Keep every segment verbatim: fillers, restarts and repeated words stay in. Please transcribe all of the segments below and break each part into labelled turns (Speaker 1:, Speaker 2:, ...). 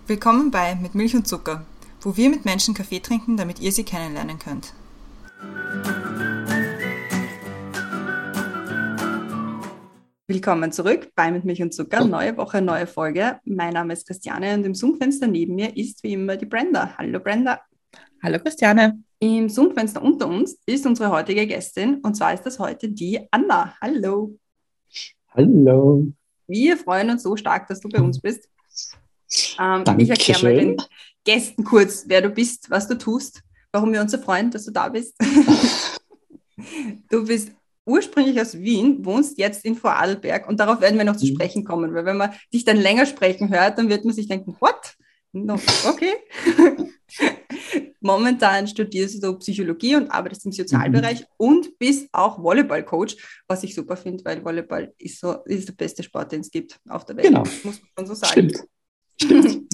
Speaker 1: Willkommen bei Mit Milch und Zucker, wo wir mit Menschen Kaffee trinken, damit ihr sie kennenlernen könnt. Willkommen zurück bei Mit Milch und Zucker, neue Woche, neue Folge. Mein Name ist Christiane und im Zoom-Fenster neben mir ist wie immer die Brenda. Hallo Brenda.
Speaker 2: Hallo Christiane.
Speaker 1: Im Zoom-Fenster unter uns ist unsere heutige Gästin und zwar ist das heute die Anna. Hallo.
Speaker 3: Hallo.
Speaker 1: Wir freuen uns so stark, dass du bei uns bist. Ähm, ich erkläre mal den Gästen kurz, wer du bist, was du tust, warum wir uns so freuen, dass du da bist. Du bist ursprünglich aus Wien, wohnst jetzt in Vorarlberg und darauf werden wir noch zu sprechen kommen, weil wenn man dich dann länger sprechen hört, dann wird man sich denken, what? No, okay. Momentan studierst du Psychologie und arbeitest im Sozialbereich mhm. und bist auch Volleyball-Coach, was ich super finde, weil Volleyball ist, so, ist der beste Sport, den es gibt auf der Welt.
Speaker 3: Genau.
Speaker 1: Muss man so sagen.
Speaker 3: Stimmt. Stimmt.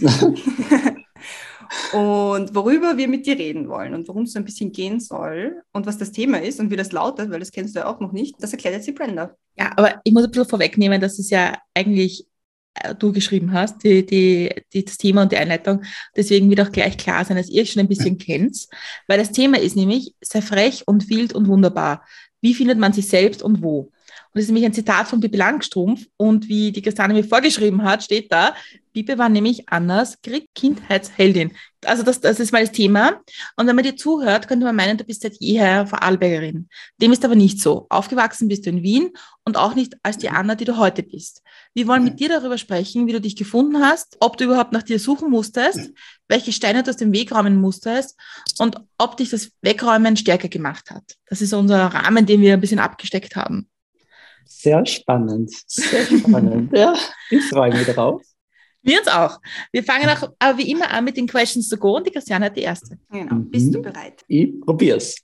Speaker 1: Und worüber wir mit dir reden wollen und worum es so ein bisschen gehen soll und was das Thema ist und wie das lautet, weil das kennst du ja auch noch nicht, das erklärt jetzt die Brenda.
Speaker 2: Ja, aber ich muss ein bisschen vorwegnehmen, dass es ja eigentlich du geschrieben hast, die, die, die, das Thema und die Einleitung. Deswegen wird auch gleich klar sein, dass ihr schon ein bisschen kennt, weil das Thema ist nämlich, sei frech und wild und wunderbar. Wie findet man sich selbst und wo? Und das ist nämlich ein Zitat von Pippi Langstrumpf und wie die Christiane mir vorgeschrieben hat, steht da, Pippi war nämlich Annas Kindheitsheldin. Also das, das ist mal das Thema. Und wenn man dir zuhört, könnte man meinen, du bist seit jeher Vorarlbergerin. Dem ist aber nicht so. Aufgewachsen bist du in Wien und auch nicht als die Anna, die du heute bist. Wir wollen mit dir darüber sprechen, wie du dich gefunden hast, ob du überhaupt nach dir suchen musstest, welche Steine du aus dem Weg räumen musstest und ob dich das Wegräumen stärker gemacht hat. Das ist unser Rahmen, den wir ein bisschen abgesteckt haben.
Speaker 3: Sehr spannend, sehr spannend. Ja, ich freue mich drauf.
Speaker 2: Wir uns auch. Wir fangen auch aber wie immer an mit den Questions to go und die Christiane hat die erste.
Speaker 1: Genau. Mhm. Bist du bereit?
Speaker 3: Ich probier's.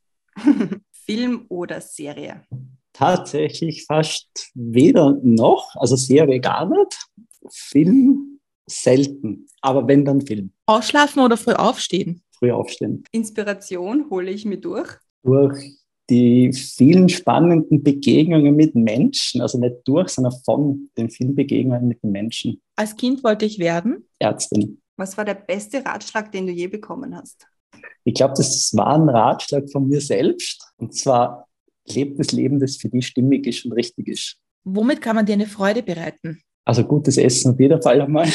Speaker 1: Film oder Serie?
Speaker 3: Tatsächlich fast weder noch, also Serie gar nicht. Film selten, aber wenn, dann Film.
Speaker 2: Ausschlafen oder früh aufstehen?
Speaker 3: Früh aufstehen.
Speaker 1: Inspiration hole ich mir durch?
Speaker 3: Durch die vielen spannenden Begegnungen mit Menschen, also nicht durch, sondern von den vielen Begegnungen mit den Menschen.
Speaker 2: Als Kind wollte ich werden?
Speaker 3: Ärztin.
Speaker 1: Was war der beste Ratschlag, den du je bekommen hast?
Speaker 3: Ich glaube, das war ein Ratschlag von mir selbst. Und zwar, lebt das Leben, das für dich stimmig ist und richtig ist.
Speaker 2: Womit kann man dir eine Freude bereiten?
Speaker 3: Also gutes Essen auf jeden Fall einmal.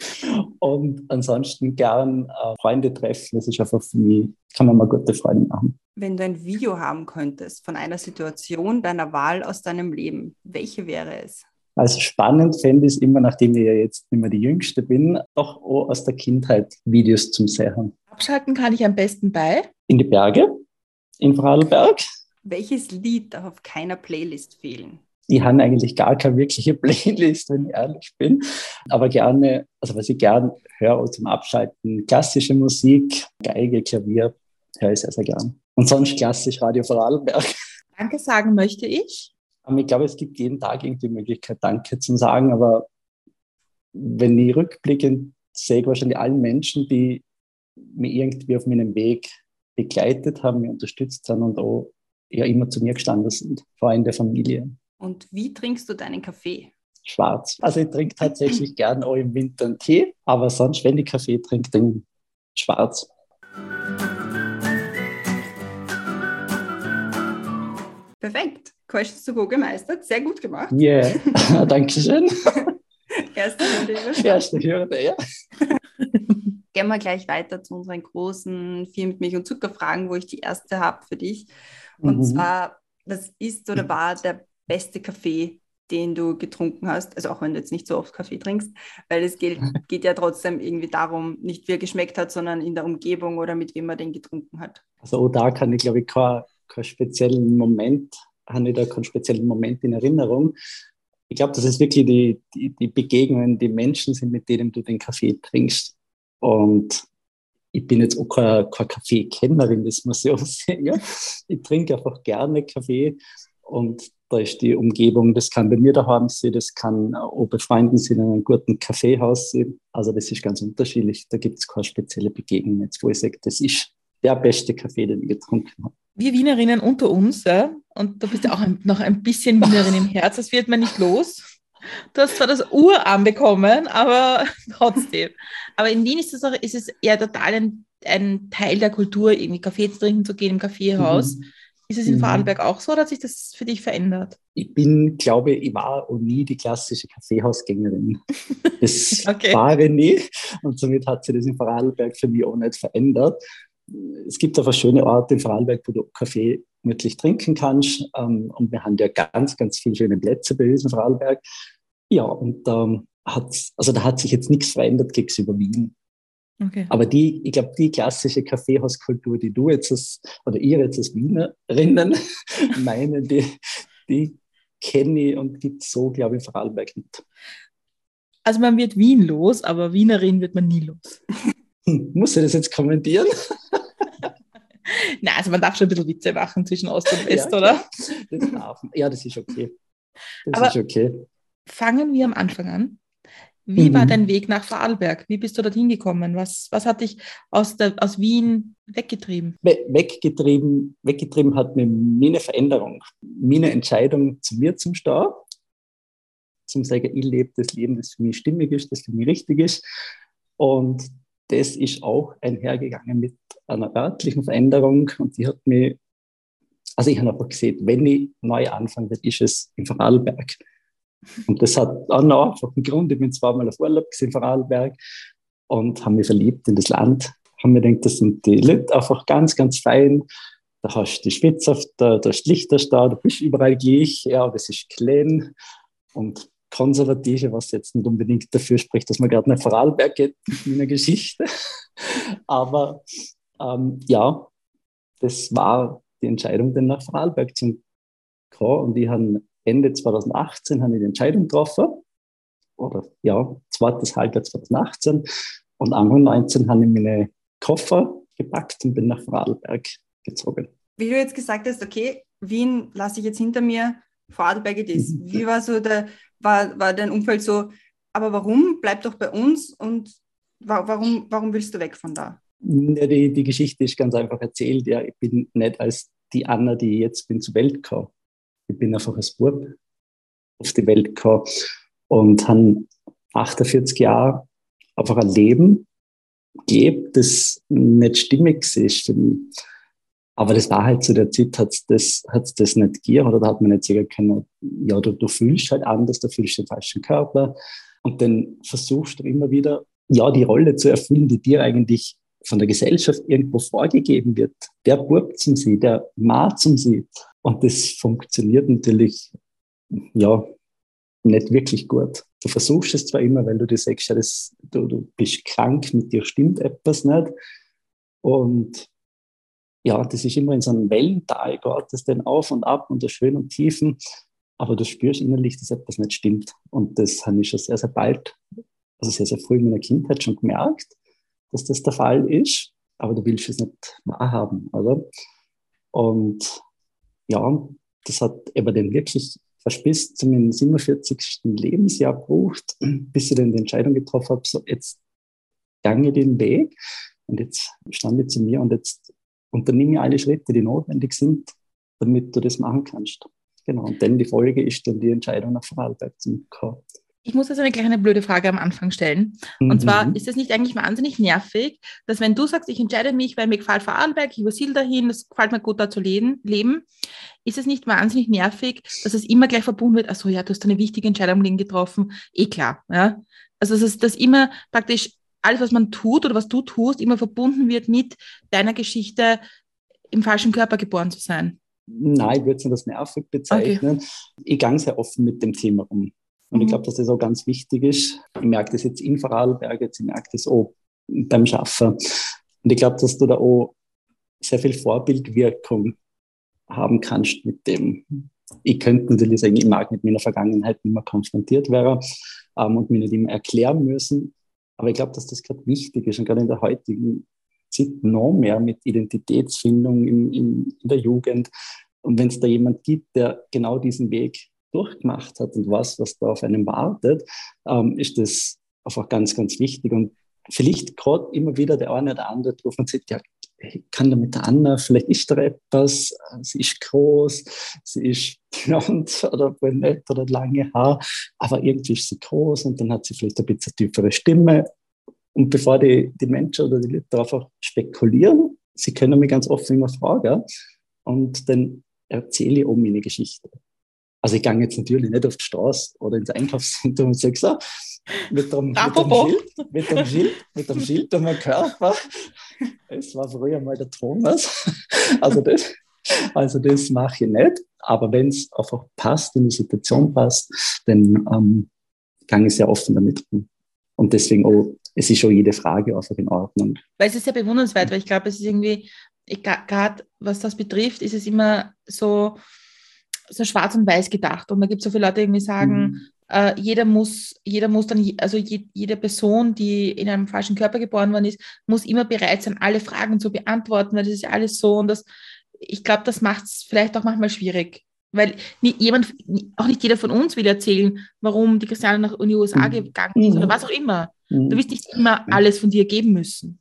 Speaker 3: Und ansonsten gern äh, Freunde treffen. Das ist einfach für mich, kann man mal gute Freunde machen.
Speaker 1: Wenn du ein Video haben könntest von einer Situation deiner Wahl aus deinem Leben, welche wäre es?
Speaker 3: Also spannend fände ich es immer, nachdem ich ja jetzt nicht mehr die Jüngste bin, doch auch aus der Kindheit Videos zum Sehen.
Speaker 2: Abschalten kann ich am besten bei?
Speaker 3: In die Berge, in Vorarlberg.
Speaker 1: Welches Lied darf auf keiner Playlist fehlen?
Speaker 3: Ich habe eigentlich gar keine wirkliche Playlist, wenn ich ehrlich bin. Aber gerne, also was ich gerne höre zum Abschalten, klassische Musik, Geige, Klavier, höre ich sehr, sehr gern. Und sonst klassisch Radio Vorarlberg.
Speaker 2: Danke sagen möchte ich.
Speaker 3: Aber ich glaube, es gibt jeden Tag irgendwie die Möglichkeit, Danke zu sagen. Aber wenn ich rückblickend sehe, ich wahrscheinlich allen Menschen, die mich irgendwie auf meinem Weg begleitet haben, mich unterstützt haben und auch ja immer zu mir gestanden sind, vor allem in der Familie.
Speaker 1: Und wie trinkst du deinen Kaffee?
Speaker 3: Schwarz. Also ich trinke tatsächlich gern auch im Winter einen Tee, aber sonst, wenn ich Kaffee trinke, dann schwarz.
Speaker 1: Perfekt. Questions to go gemeistert. Sehr gut gemacht.
Speaker 3: Ja, yeah. Dankeschön.
Speaker 1: Erste Hürde überstanden.
Speaker 3: Erste Hürde, ja.
Speaker 1: Gehen wir gleich weiter zu unseren großen vier mit Milch und Zucker Fragen, wo ich die erste habe für dich. Und mhm. zwar, was ist oder war der beste Kaffee, den du getrunken hast? Also auch wenn du jetzt nicht so oft Kaffee trinkst, weil es geht, geht ja trotzdem irgendwie darum, nicht wie er geschmeckt hat, sondern in der Umgebung oder mit wem man den getrunken hat.
Speaker 3: Also auch da kann ich, glaube ich, keinen kein speziellen Moment, habe ich da keinen speziellen Moment in Erinnerung. Ich glaube, das ist wirklich die, die, die Begegnungen, die Menschen sind, mit denen du den Kaffee trinkst. Und ich bin jetzt auch keine, keine Kaffeekennerin, das muss ich auch sagen. Ich trinke einfach gerne Kaffee und da ist die Umgebung, das kann bei mir daheim sein, das kann auch bei Freunden sein, in einem guten Kaffeehaus sein. Also das ist ganz unterschiedlich. Da gibt es keine spezielle Begegnung jetzt, wo ich sage, das ist der beste Kaffee, den ich getrunken habe.
Speaker 2: Wir Wienerinnen unter uns, ja, und du bist ja auch ein, noch ein bisschen Wienerin im Herz, das wird man nicht los. Du hast zwar das Urarm bekommen, aber trotzdem. Aber in Wien ist es, auch, ist es eher total ein, ein Teil der Kultur, irgendwie Kaffee zu trinken, zu gehen im Kaffeehaus.
Speaker 3: Mhm.
Speaker 2: Ist es in Vorarlberg auch so oder hat sich das für dich verändert?
Speaker 3: Ich bin, glaube ich, ich war auch nie die klassische Kaffeehausgängerin. Das
Speaker 2: Okay.
Speaker 3: war ich nie und somit hat sich das in Vorarlberg für mich auch nicht verändert. Es gibt einfach schöne Orte in Vorarlberg, wo du Kaffee wirklich trinken kannst, ähm, und wir haben ja ganz, ganz viele schöne Plätze bei uns in Vorarlberg. Ja, und ähm, hat's, also da hat sich jetzt nichts verändert gegenüber Wien.
Speaker 2: Okay.
Speaker 3: Aber die, ich glaube, die klassische Kaffeehauskultur, die du jetzt als, oder ihr jetzt als Wienerinnen meinen, die, die kenne ich und gibt es so, glaube ich, in Vorarlberg nicht.
Speaker 2: Also man wird Wien los, aber Wienerin wird man nie los.
Speaker 3: Hm, muss ich das jetzt kommentieren?
Speaker 2: Nein, also man darf schon ein bisschen Witze machen zwischen Ost und West,
Speaker 3: Ja,
Speaker 2: oder?
Speaker 3: Das darf, ja, das ist okay. Das
Speaker 2: Aber
Speaker 3: ist okay.
Speaker 2: fangen wir am Anfang an. Wie
Speaker 3: Mhm.
Speaker 2: war dein Weg nach Vorarlberg? Wie bist du dorthin gekommen? Was, was hat dich aus, der, aus Wien weggetrieben?
Speaker 3: We weggetrieben, weggetrieben hat mir meine Veränderung, meine Entscheidung zu mir zum Stehen, zum sagen, ich lebe das Leben, das für mich stimmig ist, das für mich richtig ist. Und das ist auch einhergegangen mit einer örtlichen Veränderung und die hat mich, also ich habe einfach gesehen, wenn ich neu anfange, dann ist es in Vorarlberg. Und das hat auch noch einfach einen Grund. Ich bin zweimal auf Urlaub in Vorarlberg und habe mich verliebt in das Land. Haben mir gedacht, das sind die Leute einfach ganz, ganz fein. Da hast du die Spitze, da, da ist Lichter da, da bist du überall gleich. Ja, aber es ist klein und konservativ, was jetzt nicht unbedingt dafür spricht, dass man gerade nach Vorarlberg geht in einer Geschichte. Aber ähm, ja, das war die Entscheidung, dann nach Vorarlberg zu kommen. Und ich habe Ende zwanzig achtzehn habe ich die Entscheidung getroffen. Oder ja, zweites Halbjahr zwanzig achtzehn. Und Anfang neunzehn habe ich meine Koffer gepackt und bin nach Vorarlberg gezogen.
Speaker 1: Wie du jetzt gesagt hast, okay, Wien lasse ich jetzt hinter mir, Vorarlberg it is. Wie war so der, war, war dein Umfeld so, aber warum? Bleib doch bei uns und wa warum, warum willst du weg von da?
Speaker 3: Ja, die, die Geschichte ist ganz einfach erzählt. Ja, ich bin nicht als die Anna, die ich jetzt bin, zur Welt gekommen. Ich bin einfach als Bub auf die Welt gekommen und habe achtundvierzig Jahre einfach ein Leben gelebt, das nicht stimmig ist für mich. Aber das war halt zu der Zeit, hat es das, hat's das nicht gegeben, oder da hat man nicht sagen können, ja, du, du fühlst halt anders, du fühlst den falschen Körper und dann versuchst du immer wieder, ja, die Rolle zu erfüllen, die dir eigentlich von der Gesellschaft irgendwo vorgegeben wird. Der Bub zum Sie, der Mann zum Sie. Und das funktioniert natürlich, ja, nicht wirklich gut. Du versuchst es zwar immer, weil du dir sagst, ja, das, du, du bist krank, mit dir stimmt etwas nicht. Und ja, das ist immer in so einem Wellental, geht das dann auf und ab und das Höhen und Tiefen. Aber du spürst innerlich, dass etwas nicht stimmt. Und das habe ich schon sehr, sehr bald, also sehr, sehr früh in meiner Kindheit schon gemerkt, dass das der Fall ist. Aber du willst es nicht wahrhaben, oder? Und ja, das hat aber dann wirklich fast bis zu meinem siebenundvierzigsten Lebensjahr gebraucht, bis ich dann die Entscheidung getroffen habe, so jetzt gange den Weg und jetzt stand ich zu mir und jetzt unternehme ich alle Schritte, die notwendig sind, damit du das machen kannst. Genau, und dann die Folge ist dann die Entscheidung, nach Vorarlberg zu kommen.
Speaker 2: Ich muss jetzt eine kleine blöde Frage am Anfang stellen. Und
Speaker 3: Mhm.
Speaker 2: zwar, ist es nicht eigentlich wahnsinnig nervig, dass wenn du sagst, ich entscheide mich, weil mir gefällt Vorarlberg, ich übersiedle dahin, es gefällt mir gut da zu leben, ist es nicht wahnsinnig nervig, dass es immer gleich verbunden wird, ach so, ja, du hast eine wichtige Entscheidung getroffen, eh klar. Ja? Also dass es dass immer praktisch alles, was man tut oder was du tust, immer verbunden wird mit deiner Geschichte, im falschen Körper geboren zu sein.
Speaker 3: Nein, ich würde es nicht als nervig bezeichnen. Okay. Ich gehe sehr offen mit dem Thema um. Und mhm. ich glaube, dass das auch ganz wichtig ist. Ich merke das jetzt in Vorarlberg, jetzt ich merke das auch beim Schaffen. Und ich glaube, dass du da auch sehr viel Vorbildwirkung haben kannst mit dem. Ich könnte natürlich sagen, ich mag mit meiner Vergangenheit nicht mehr konfrontiert werden ähm, und mir nicht immer erklären müssen. Aber ich glaube, dass das gerade wichtig ist und gerade in der heutigen Zeit noch mehr mit Identitätsfindung in, in, in der Jugend. Und wenn es da jemand gibt, der genau diesen Weg durchgemacht hat und weiß, was da auf einem wartet, ähm, ist das einfach ganz, ganz wichtig. Und vielleicht gerade immer wieder der eine oder andere drauf und sagt, ja, ich kann da mit der Anna, vielleicht ist da etwas, sie ist groß, sie ist blond oder brünett oder lange Haar, aber irgendwie ist sie groß und dann hat sie vielleicht ein bisschen tiefere Stimme. Und bevor die, die Menschen oder die Leute einfach spekulieren, sie können mich ganz oft immer fragen und dann erzähle ich um meine Geschichte. Also ich gehe jetzt natürlich nicht auf die Straße oder ins Einkaufszentrum und sage so, mit dem, mit dem Schild, mit dem Schild, mit dem Schild um meinen Körper. Es war früher mal der Thomas. Also das, also das mache ich nicht. Aber wenn es einfach passt, in die Situation passt, dann ähm, kann ich sehr offen damit um. Und deswegen auch, es ist schon jede Frage einfach in Ordnung.
Speaker 2: Weil es ist ja bewundernswert, weil ich glaube, es ist irgendwie, gerade was das betrifft, ist es immer so, so schwarz und weiß gedacht. Und da gibt es so viele Leute, die irgendwie sagen, mhm. äh, jeder muss, jeder muss dann, also je, jede Person, die in einem falschen Körper geboren worden ist, muss immer bereit sein, alle Fragen zu beantworten, weil das ist ja alles so. Und das, ich glaube, das macht es vielleicht auch manchmal schwierig. Weil nicht jemand, auch nicht jeder von uns will erzählen, warum die Christiane nach in die U S A mhm. gegangen ist oder was auch immer. Mhm. Du wirst nicht immer alles von dir geben müssen.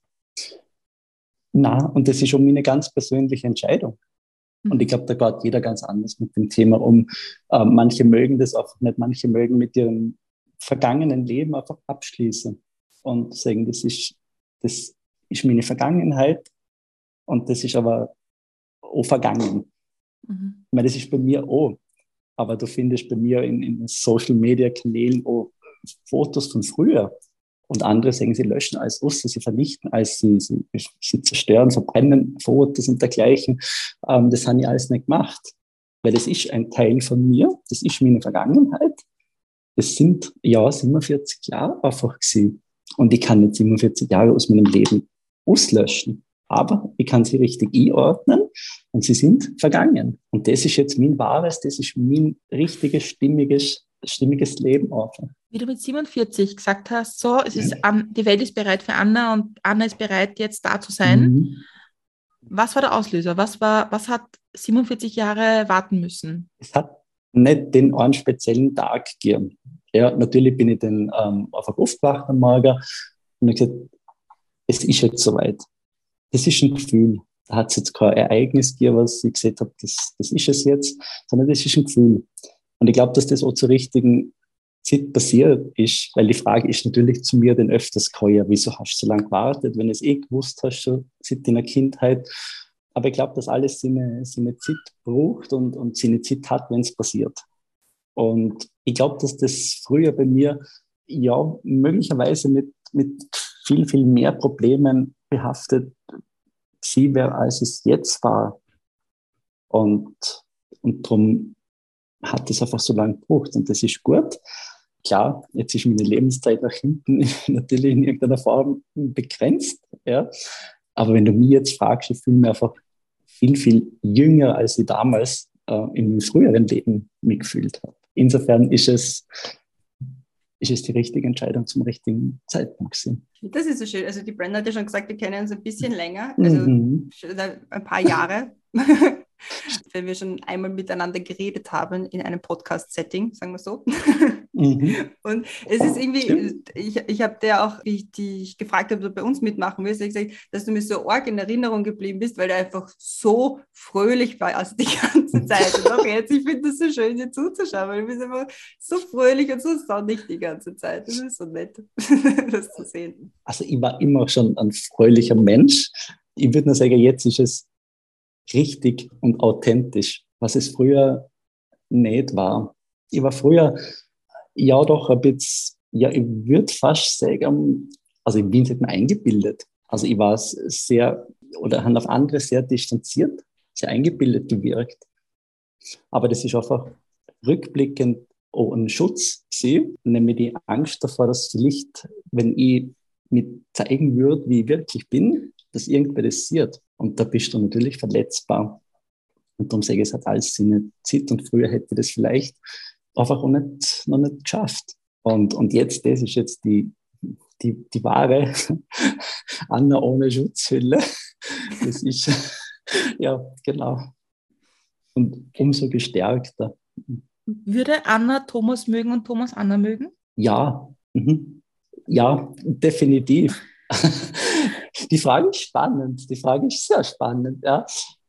Speaker 3: Na, und das ist schon eine ganz persönliche Entscheidung. Und ich glaube, da geht jeder ganz anders mit dem Thema um. Äh, manche mögen das auch nicht, manche mögen mit ihrem vergangenen Leben einfach abschließen und sagen, das ist, das ist meine Vergangenheit und das ist aber auch vergangen. Mhm. Ich meine, das ist bei mir auch. Aber du findest bei mir in, in Social-Media-Kanälen auch Fotos von früher. Und andere sagen, sie löschen alles aus, sie vernichten alles, sie, sie, sie zerstören, verbrennen Fotos und dergleichen. Ähm, das habe ich alles nicht gemacht. Weil das ist ein Teil von mir, das ist meine Vergangenheit. Das sind, ja, siebenundvierzig Jahre einfach gewesen. Und ich kann nicht siebenundvierzig Jahre aus meinem Leben auslöschen. Aber ich kann sie richtig einordnen und sie sind vergangen. Und das ist jetzt mein wahres, das ist mein richtiges, stimmiges, stimmiges Leben einfach.
Speaker 2: Wie du mit siebenundvierzig gesagt hast, so, es ist, um, die Welt ist bereit für Anna und Anna ist bereit, jetzt da zu sein. Mhm. Was war der Auslöser? Was war, was hat siebenundvierzig Jahre warten müssen?
Speaker 3: Es hat nicht den einen speziellen Tag gegeben. Ja, natürlich bin ich dann ähm, einfach aufgewacht am Morgen und habe gesagt, es ist jetzt soweit. Das ist ein Gefühl. Da hat es jetzt kein Ereignis gegeben, was ich gesagt habe, das, das ist es jetzt, sondern das ist ein Gefühl. Und ich glaube, dass das auch zur richtigen Zeit passiert ist, weil die Frage ist natürlich zu mir dann öfters gekommen, wieso hast du so lange gewartet, wenn du es eh gewusst hast, schon seit deiner Kindheit. Aber ich glaube, dass alles seine, seine Zeit braucht und, und seine Zeit hat, wenn es passiert. Und ich glaube, dass das früher bei mir ja möglicherweise mit, mit viel, viel mehr Problemen behaftet sie wäre, als es jetzt war. Und, und darum hat es einfach so lange gebraucht. Und das ist gut. Klar, jetzt ist meine Lebenszeit nach hinten natürlich in irgendeiner Form begrenzt. Ja. Aber wenn du mich jetzt fragst, ich fühle mich einfach viel, viel jünger, als ich damals äh, in meinem früheren Leben mich gefühlt habe. Insofern ist es, ist es die richtige Entscheidung zum richtigen Zeitpunkt gewesen.
Speaker 1: Das ist so schön. Also die Brenda hat ja schon gesagt, wir kennen uns ein bisschen länger, also
Speaker 3: Mhm.
Speaker 1: schon ein paar Jahre, wenn wir schon einmal miteinander geredet haben in einem Podcast-Setting, sagen wir so. Mhm. Und es ist irgendwie, Stimmt. ich, ich habe dir auch, wie ich dich gefragt habe, ob du bei uns mitmachen willst, ich gesagt, dass du mir so arg in Erinnerung geblieben bist, weil du einfach so fröhlich warst die ganze Zeit. Und auch jetzt, ich finde das so schön, dir zuzuschauen, weil du bist einfach so fröhlich und so sonnig die ganze Zeit. Das ist so nett, das zu sehen.
Speaker 3: Also ich war immer schon ein fröhlicher Mensch. Ich würde nur sagen, jetzt ist es richtig und authentisch, was es früher nicht war. Ich war früher ja doch ein bisschen, ja, ich würde fast sagen, also ich bin nicht mehr eingebildet. Also ich war sehr, oder habe auf andere sehr distanziert, sehr eingebildet gewirkt. Aber das ist einfach rückblickend auch ein Schutz gewesen, nämlich die Angst davor, dass vielleicht, wenn ich mich zeigen würde, wie ich wirklich bin, dass irgendwer das sieht. Und da bist du natürlich verletzbar. Und darum sage ich, es hat alles seine Zeit und früher hätte ich das vielleicht einfach auch nicht, noch nicht geschafft. Und, und jetzt, das ist jetzt die, die, die wahre Anna ohne Schutzhülle. Das ist, ja, genau. Und umso gestärkter.
Speaker 2: Würde Anna Thomas mögen und Thomas Anna mögen?
Speaker 3: Ja, mhm. Ja, definitiv. Die Frage ist spannend. Die Frage ist sehr spannend. Ja,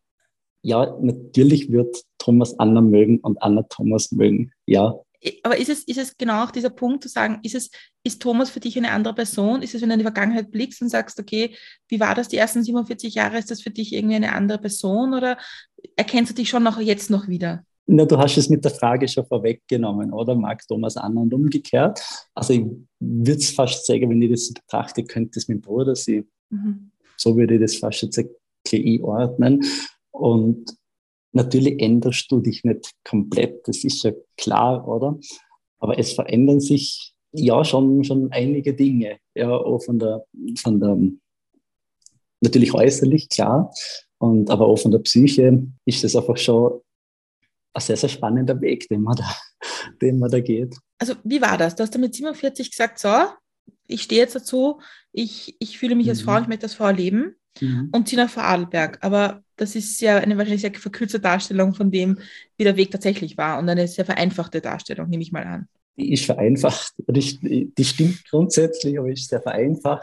Speaker 3: ja, natürlich wird Thomas Anna mögen und Anna Thomas mögen. Ja.
Speaker 2: Aber ist es, ist es genau auch dieser Punkt zu sagen, ist es, ist Thomas für dich eine andere Person? Ist es, wenn du in die Vergangenheit blickst und sagst, okay, wie war das die ersten siebenundvierzig Jahre? Ist das für dich irgendwie eine andere Person oder erkennst du dich schon noch jetzt noch wieder?
Speaker 3: Na, du hast es mit der Frage schon vorweggenommen, oder? Mag Thomas Anna und umgekehrt? Also ich würde es fast sagen, wenn ich das betrachte, könnte es mein Bruder sein. Mhm. So würde ich das fast jetzt ein bisschen einordnen. Und natürlich änderst du dich nicht komplett, das ist ja klar, oder? Aber es verändern sich ja schon, schon einige Dinge. Ja, auch von der, von der, natürlich äußerlich, klar, und, aber auch von der Psyche ist das einfach schon ein sehr, sehr spannender Weg, den man da, den man da geht.
Speaker 2: Also wie war das? Du hast mit siebenundvierzig gesagt, so, ich stehe jetzt dazu, ich, ich fühle mich als Frau, ich möchte als Frau leben mhm. und ziehe nach Vorarlberg. Aber das ist ja eine wahrscheinlich sehr verkürzte Darstellung von dem, wie der Weg tatsächlich war und eine sehr vereinfachte Darstellung, nehme ich mal an.
Speaker 3: Die ist vereinfacht, die, die stimmt grundsätzlich, aber ist sehr vereinfacht,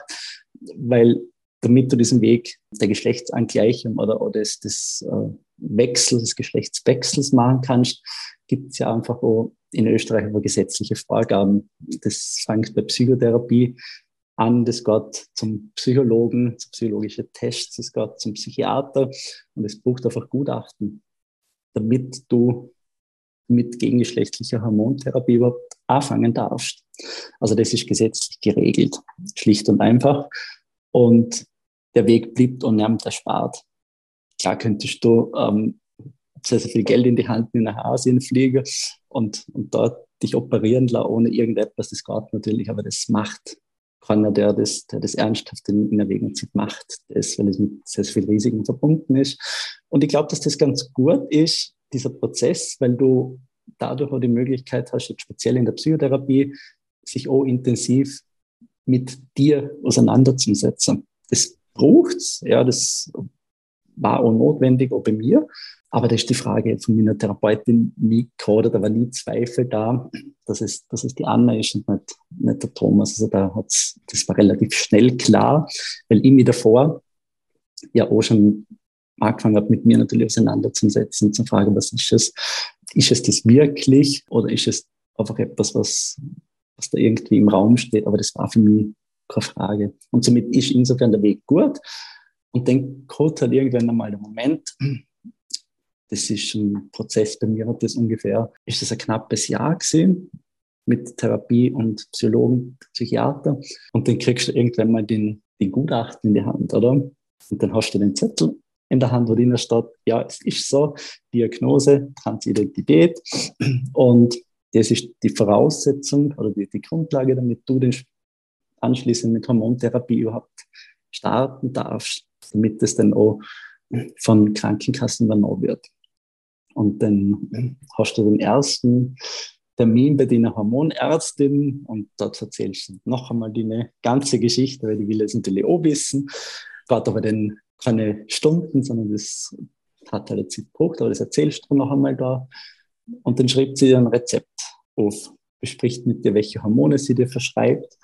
Speaker 3: weil damit du diesen Weg der Geschlechtsangleichung oder, oder des, des äh, Wechsels, des Geschlechtswechsels machen kannst, gibt es ja einfach auch in Österreich aber gesetzliche Vorgaben. Das fängt bei Psychotherapie an, das geht zum Psychologen, zu psychologischen Tests, das geht zum Psychiater und es braucht einfach Gutachten, damit du mit gegengeschlechtlicher Hormontherapie überhaupt anfangen darfst. Also das ist gesetzlich geregelt, schlicht und einfach. Und der Weg bleibt unnämmt erspart. Klar könntest du ähm, sehr, sehr viel Geld in die Hand nehmen, nach Asien fliegen und, und dort dich operieren lassen, ohne irgendetwas. Das geht natürlich, aber das macht keiner, der das, der das ernsthaft in, in Erwägung zieht, macht das, weil es mit sehr, sehr viel Risiken verbunden ist. Und ich glaube, dass das ganz gut ist, dieser Prozess, weil du dadurch auch die Möglichkeit hast, jetzt speziell in der Psychotherapie, sich auch intensiv mit dir auseinanderzusetzen. Das braucht's, ja, das war auch notwendig, auch bei mir. Aber das ist die Frage von meiner Therapeutin nie gerade, da war nie Zweifel da, dass es, dass es die Anna ist und nicht, nicht der Thomas. Also da hat's, das war relativ schnell klar, weil ich mich davor ja auch schon angefangen habe, mit mir natürlich auseinanderzusetzen, zu fragen, was ist es? Ist es das wirklich oder ist es einfach etwas, was, was da irgendwie im Raum steht? Aber das war für mich keine Frage. Und somit ist insofern der Weg gut. Und dann kommt halt irgendwann einmal der Moment, das ist ein Prozess, bei mir hat das ungefähr, ist das ein knappes Jahr gewesen, mit Therapie und Psychologen, Psychiater. Und dann kriegst du irgendwann mal den, den Gutachten in die Hand, oder? Und dann hast du den Zettel in der Hand, wo drin steht, ja, es ist so, Diagnose, Transidentität. Und das ist die Voraussetzung oder die, die Grundlage, damit du den anschließend mit Hormontherapie überhaupt starten darfst, damit das dann auch von Krankenkassen übernommen wird. Und dann hast du den ersten Termin bei deiner Hormonärztin und dort erzählst du noch einmal deine ganze Geschichte, weil die will es natürlich auch wissen. Geht aber dann keine Stunden, sondern das hat halt eine Zeit gebraucht, aber das erzählst du noch einmal da. Und dann schreibt sie dir ein Rezept auf, bespricht mit dir, welche Hormone sie dir verschreibt.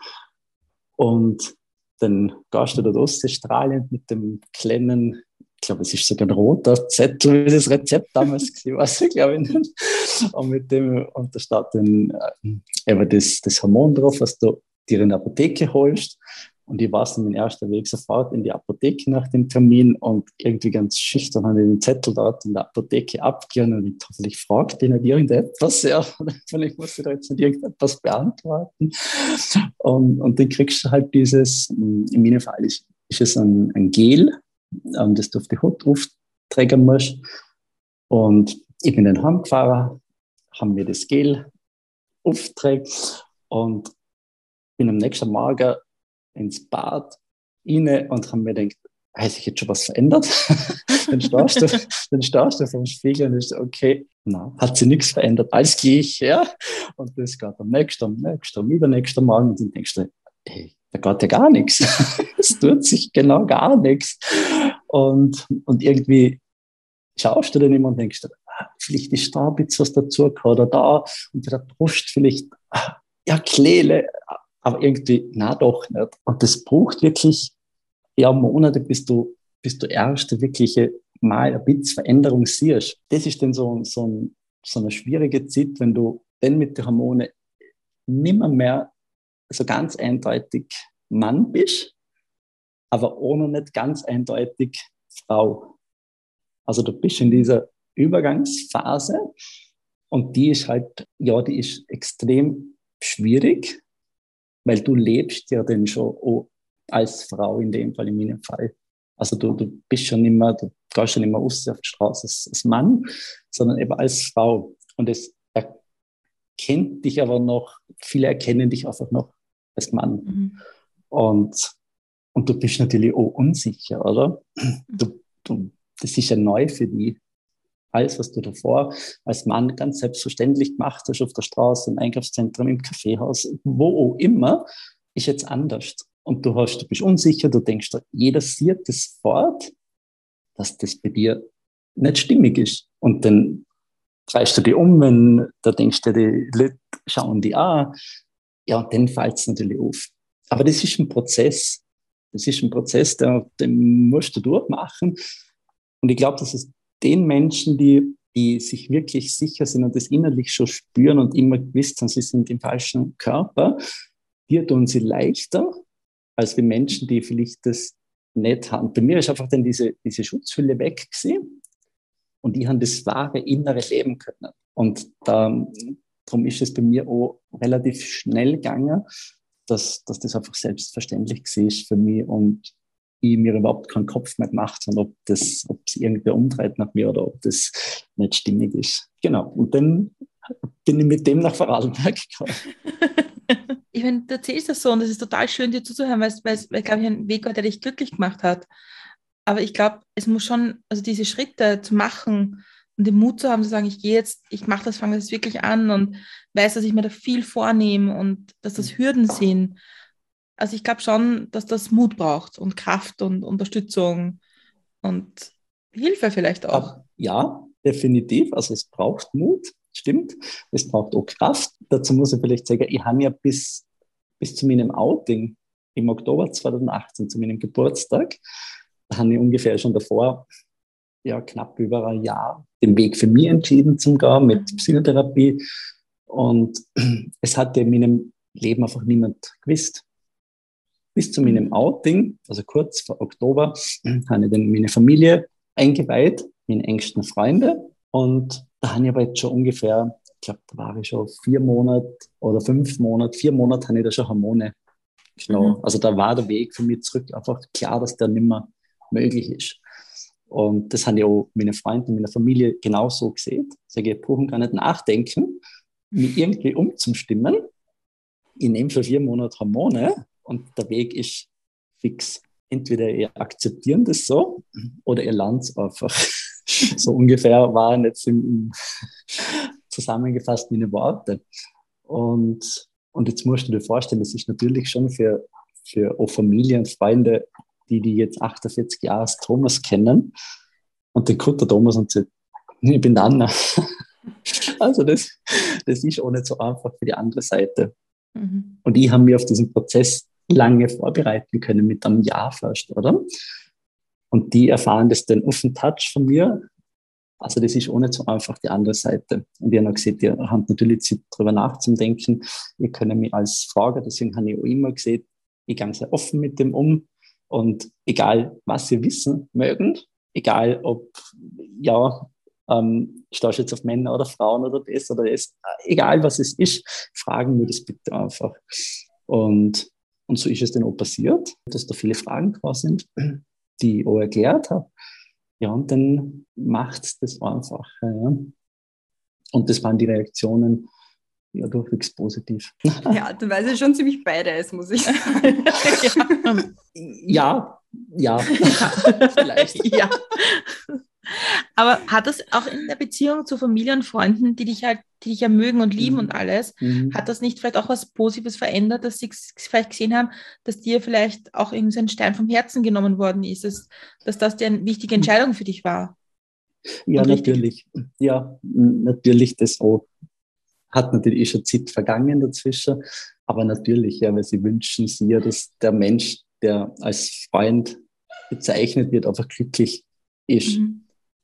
Speaker 3: Und dann gehst du da raus, strahlend mit dem kleinen, ich glaube, es ist sogar ein roter Zettel, wie das Rezept damals war, weiß ich glaube ich nicht. Und mit dem, und da steht dann äh, eben das, das Hormon drauf, was du dir in der Apotheke holst. Und ich war so mein erster Weg sofort in die Apotheke nach dem Termin und irgendwie ganz schüchtern habe ich den Zettel dort in der Apotheke abgegeben und ich hoffentlich fragt den nicht irgendetwas, ja, vielleicht muss ich da jetzt nicht irgendetwas beantworten. Und, und dann kriegst du halt dieses, in meinem Fall ist, ist es ein, ein Gel, das du auf die Haut auftragen musst. Und ich bin dann heimgefahren, haben mir das Gel aufgetragen und bin am nächsten Morgen ins Bad rein und haben mir gedacht, hat sich jetzt schon was verändert? dann, stehst du, dann stehst du vor dem Spiegel und ist okay, nein, hat sich nichts verändert, alles gleich, ja. Und das geht am nächsten, am nächsten, am übernächsten Morgen und dann denkst du, hey, da geht ja gar nichts. Es tut sich genau gar nichts. Und, und irgendwie schaust du dann immer und denkst, ah, vielleicht ist da ein bisschen was dazugekommen oder da und bei der Brust vielleicht, ah, ja, Kleele, aber irgendwie, na doch nicht. Und das braucht wirklich ja, Monate, bis du, bis du erste wirkliche Mal ein bisschen Veränderung siehst. Das ist dann so, so, ein, so eine schwierige Zeit, wenn du dann mit den Hormonen nimmer mehr so ganz eindeutig Mann bist, aber auch noch nicht ganz eindeutig Frau. Also du bist in dieser Übergangsphase und die ist halt, ja, die ist extrem schwierig, weil du lebst ja dann schon auch als Frau in dem Fall, in meinem Fall. Also du, du bist schon nicht mehr, du gehst schon nicht mehr raus auf die Straße als, als Mann, sondern eben als Frau. Und es erkennt dich aber noch, viele erkennen dich einfach noch als Mann. Mhm. Und, und du bist natürlich auch unsicher, oder? Du, du, das ist ja neu für dich. Alles, was du davor als Mann ganz selbstverständlich gemacht hast, auf der Straße, im Einkaufszentrum, im Kaffeehaus, wo auch immer, ist jetzt anders. Und du, hast, du bist unsicher, du denkst, jeder sieht das fort, dass das bei dir nicht stimmig ist. Und dann drehst du dich um, wenn da denkst du, die Leute schauen die an. Ja, und dann fällt es natürlich auf. Aber das ist ein Prozess. Das ist ein Prozess, der, den musst du durchmachen. Und ich glaube, dass es den Menschen, die, die sich wirklich sicher sind und das innerlich schon spüren und immer gewiss haben, sie sind im falschen Körper, die tun sie leichter, als die Menschen, die vielleicht das nicht haben. Bei mir ist einfach dann diese, diese Schutzhülle weg gewesen und die haben das wahre innere Leben können. Und da, darum ist es bei mir auch relativ schnell gegangen, dass, dass das einfach selbstverständlich war für mich und ich mir überhaupt keinen Kopf mehr gemacht habe, ob das, ob es irgendwer umdreht nach mir oder ob das nicht stimmig ist. Genau. Und dann bin ich mit dem nach Vorarlberg gekommen.
Speaker 2: Ich meine, du erzählst das so und es ist total schön, dir zuzuhören, weil es, weil es, glaube ich, ein Weg war, der dich glücklich gemacht hat. Aber ich glaube, es muss schon, also diese Schritte zu machen und den Mut zu haben, zu sagen, ich gehe jetzt, ich mache das, fange das wirklich an und weiß, dass ich mir da viel vornehme und dass das Hürden sind. Also ich glaube schon, dass das Mut braucht und Kraft und Unterstützung und Hilfe vielleicht auch.
Speaker 3: Ja, definitiv. Also es braucht Mut, stimmt. Es braucht auch Kraft. Dazu muss ich vielleicht sagen, ich habe ja bis, bis zu meinem Outing im Oktober zweitausendachtzehn, zu meinem Geburtstag, da habe ich ungefähr schon davor, ja knapp über ein Jahr, den Weg für mich entschieden zum Gehen mit Psychotherapie. Und es hatte in meinem Leben einfach niemand gewusst. Bis zu meinem Outing, also kurz vor Oktober, habe ich dann meine Familie eingeweiht, meine engsten Freunde. Und da habe ich aber jetzt schon ungefähr, ich glaube, da war ich schon vier Monate oder fünf Monate, vier Monate habe ich da schon Hormone genommen. Mhm. Also da war der Weg für mich zurück einfach klar, dass der nicht mehr möglich ist. Und das haben ja auch meine Freunde und meine Familie genauso gesehen. Ich sage, ich brauche gar nicht nachdenken, mich irgendwie umzustimmen. Ich nehme für vier Monate Hormone und der Weg ist fix. Entweder ihr akzeptieren das so oder ihr lernt es einfach. So ungefähr waren jetzt im, im zusammengefasst meine Worte. Und, und jetzt musst du dir vorstellen, das ist natürlich schon für, für auch Familie und Freunde, die die jetzt achtundvierzig Jahre als Thomas kennen und den Kutter Thomas und sagt, ich bin Anna. Also das, das ist auch nicht so einfach für die andere Seite. Mhm. Und ich habe mich auf diesen Prozess lange vorbereiten können, mit einem Jahr fast, oder? Und die erfahren das dann auf den Touch von mir. Also das ist auch nicht so einfach die andere Seite. Und ich habe gesehen, ihr habt natürlich Zeit, darüber nachzudenken. Ihr könnt mich als Frage, deswegen habe ich auch immer gesehen, ich gehe sehr offen mit dem um. Und egal, was ihr wissen mögt, egal ob, ja, ähm, stehst du jetzt auf Männer oder Frauen oder das oder das, egal was es ist, fragen wir das bitte einfach. Und, und so ist es dann auch passiert, dass da viele Fragen da sind, die ich auch erklärt habe. Ja, und dann macht es das einfach. Ja. Und das waren die Reaktionen, ja, durchwegs positiv.
Speaker 1: Ja, du weißt ja schon ziemlich beides, muss ich sagen.
Speaker 3: Ja, ja, vielleicht.
Speaker 2: Ja. Aber hat das auch in der Beziehung zu Familie und Freunden, die dich halt, die dich ja mögen und lieben mhm. und alles, mhm. hat das nicht vielleicht auch was Positives verändert, dass sie vielleicht gesehen haben, dass dir vielleicht auch irgendwie so ein Stein vom Herzen genommen worden ist, dass, dass das dir eine wichtige Entscheidung für dich war?
Speaker 3: Ja, natürlich. Ja, natürlich, das auch. Hat natürlich schon Zeit vergangen dazwischen, aber natürlich, ja, weil sie wünschen sich ja, dass der Mensch, der als Freund bezeichnet wird, einfach glücklich ist. Mhm.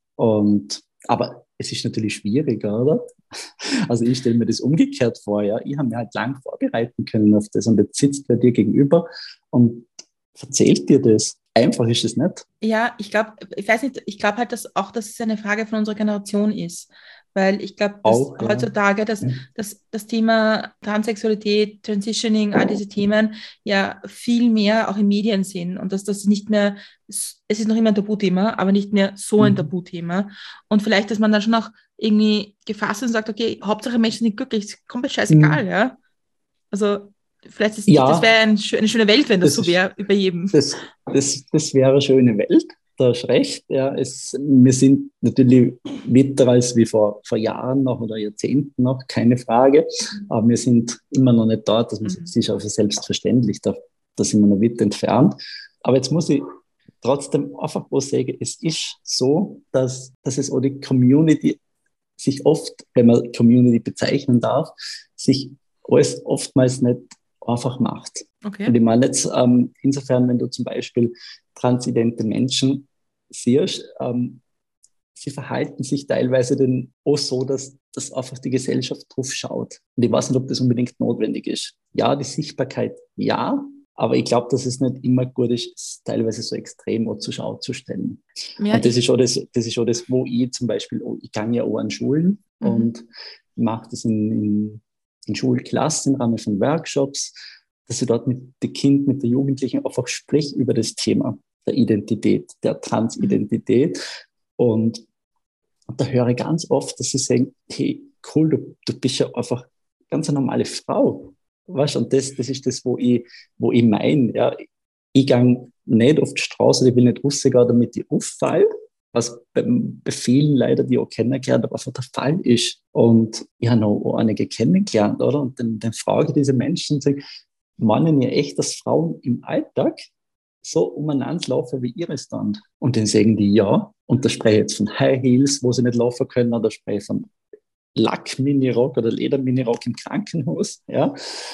Speaker 3: Und, aber es ist natürlich schwieriger, oder? Also ich stelle mir das umgekehrt vor, ja. Ich habe mir halt lang vorbereiten können auf das und jetzt sitzt bei dir gegenüber und erzählt dir das. Einfach ist es nicht.
Speaker 2: Ja, ich glaube, ich weiß nicht, ich glaube halt, dass auch, dass es eine Frage von unserer Generation ist. Weil ich glaube, dass auch, ja. heutzutage das, ja. das, das Thema Transsexualität, Transitioning, all diese Themen ja viel mehr auch in Medien sind und dass das nicht mehr, es ist noch immer ein Tabuthema, aber nicht mehr so ein mhm. Tabuthema. Und vielleicht, dass man dann schon auch irgendwie gefasst ist und sagt, okay, Hauptsache Menschen sind glücklich, ist komplett scheißegal, mhm. ja. Also vielleicht ist
Speaker 3: ja,
Speaker 2: das wäre ein, eine schöne Welt, wenn das, das so wäre, über jedem.
Speaker 3: Das, das, das wäre eine schöne Welt. Da hast recht. Ja, es, wir sind natürlich weiter als wie vor, vor Jahren noch oder Jahrzehnten noch, keine Frage. Aber wir sind immer noch nicht dort, dass man mhm. sich auch selbstverständlich, da, da sind wir noch weit entfernt. Aber jetzt muss ich trotzdem einfach was sagen, es ist so, dass, dass es auch die Community sich oft, wenn man Community bezeichnen darf, sich alles oftmals nicht einfach macht. Okay. Und ich meine jetzt ähm, insofern, wenn du zum Beispiel transidente Menschen siehst, ähm, sie verhalten sich teilweise dann auch so, dass, dass einfach die Gesellschaft drauf schaut. Und ich weiß nicht, ob das unbedingt notwendig ist. Ja, die Sichtbarkeit, ja, aber ich glaube, dass es nicht immer gut ist, es teilweise so extrem auch zur Schau zu stellen. Ja, und das ist, auch das, das ist auch das, wo ich zum Beispiel, ich gehe ja auch an Schulen mhm. und mache das in, in, in Schulklassen im Rahmen von Workshops, dass ich dort mit den Kindern, mit den Jugendlichen einfach spreche über das Thema der Identität, der Transidentität. Und, und da höre ich ganz oft, dass sie sagen, hey, cool, du, du bist ja einfach ganz eine normale Frau. Weißt? Und das, das ist das, wo ich, wo ich meine. Ja. Ich gehe nicht auf die Straße, ich will nicht rausgehen, damit ich auffalle, was bei, bei vielen leider, die ich auch kennengelernt habe, einfach der Fall ist. Und ich habe noch einige kennengelernt, oder? Und dann, dann frage ich diese Menschen und sage, meinen ihr echt, dass Frauen im Alltag so umeinander laufen wie ihre dann? Und dann sagen die ja. Und da spreche ich jetzt von High Heels, wo sie nicht laufen können, oder spreche ich von Lack-Mini-Rock oder Leder-Mini-Rock im Krankenhaus. Ja.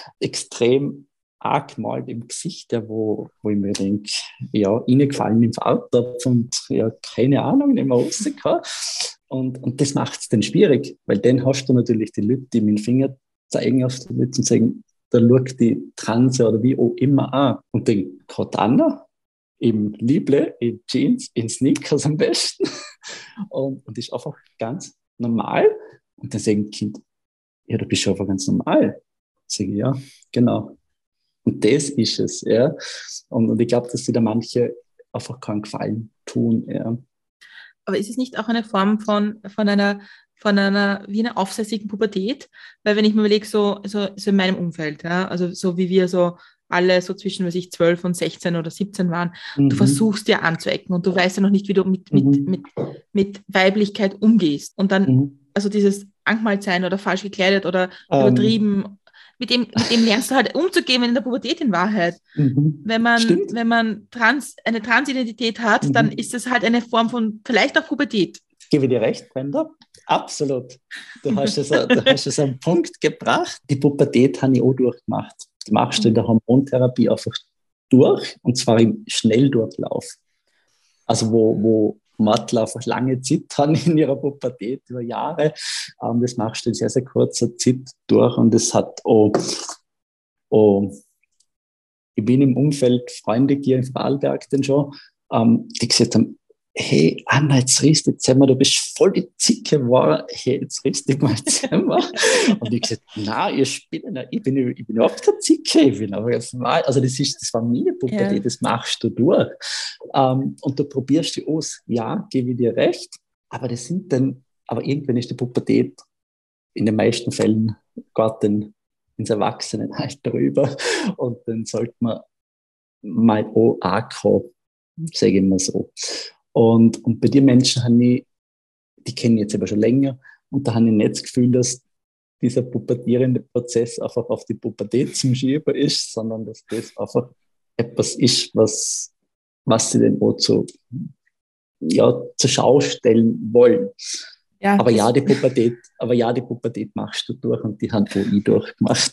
Speaker 3: Extrem arg gemalt im Gesicht, ja, wo, wo ich mir denke, ja, reingefallen im Fahrrad und ja, keine Ahnung, nicht mehr rausgekommen. Und, und das macht es dann schwierig, weil dann hast du natürlich die Leute, die mit dem Finger zeigen auf die Leute und sagen, da schaut die Transe oder wie auch immer an. Und dann hat Anna im Lieble, in Jeans, in Sneakers am besten. Und, und ist einfach ganz normal. Und dann sagen die Kinder, ja, du bist einfach ganz normal. Ich sage, ja, genau. Und das ist es, ja. Und, und ich glaube, dass sie da manche einfach keinen Gefallen tun, ja.
Speaker 2: Aber ist es nicht auch eine Form von, von einer, von einer, wie einer aufsässigen Pubertät? Weil wenn ich mir überlege, so, so, so in meinem Umfeld, ja, also so wie wir so alle so zwischen, weiß ich, zwölf und sechzehn oder siebzehn waren, mhm. du versuchst ja anzuecken und du weißt ja noch nicht, wie du mit, mit, mhm. mit, mit Weiblichkeit umgehst. Und dann, mhm. also dieses angemalt sein oder falsch gekleidet oder ähm. übertrieben, mit dem, mit dem lernst du halt umzugehen in der Pubertät in Wahrheit. Mhm. Wenn man, wenn man trans, eine Transidentität hat, mhm. dann ist das halt eine Form von vielleicht auch Pubertät.
Speaker 3: Ich gebe dir recht, Brenda. Absolut. Du hast es, du hast es am Punkt gebracht. Die Pubertät habe ich auch durchgemacht. Die machst du in der Hormontherapie einfach durch, und zwar im Schnelldurchlauf. Also wo, wo Mädchen einfach lange Zeit haben in ihrer Pubertät, über Jahre. Ähm, das machst du in sehr, sehr kurzer Zeit durch, und das hat auch, auch ich bin im Umfeld Freunde hier in Vorarlberg denn schon, ähm, die gesagt haben, hey, Anna, jetzt riechst du zusammen, du bist voll die Zicke, war, hey, jetzt riechst du mal zusammen. Und ich gesagt, nein, ihr Spinner, ich bin, ich bin überhaupt keine Zicke, ich bin aber ganz normal. Also das ist, das war meine Pubertät, ja. Das machst du durch. Ähm, und du probierst die aus, ja, gebe ich dir recht, aber das sind dann, aber irgendwann ist die Pubertät in den meisten Fällen geht dann ins Erwachsenenalter rüber, und dann sollte man mal auch ankommen, sage ich mal so. Und, und bei den Menschen habe ich, die kenne ich jetzt aber schon länger, und da habe ich nicht das Gefühl, dass dieser pubertierende Prozess einfach auf die Pubertät zum Schieben ist, sondern dass das einfach etwas ist, was, was sie dann auch zu, ja, zur Schau stellen wollen. Ja, aber ja, die Pubertät, aber ja, die Pubertät machst du durch und die haben auch ich durchgemacht.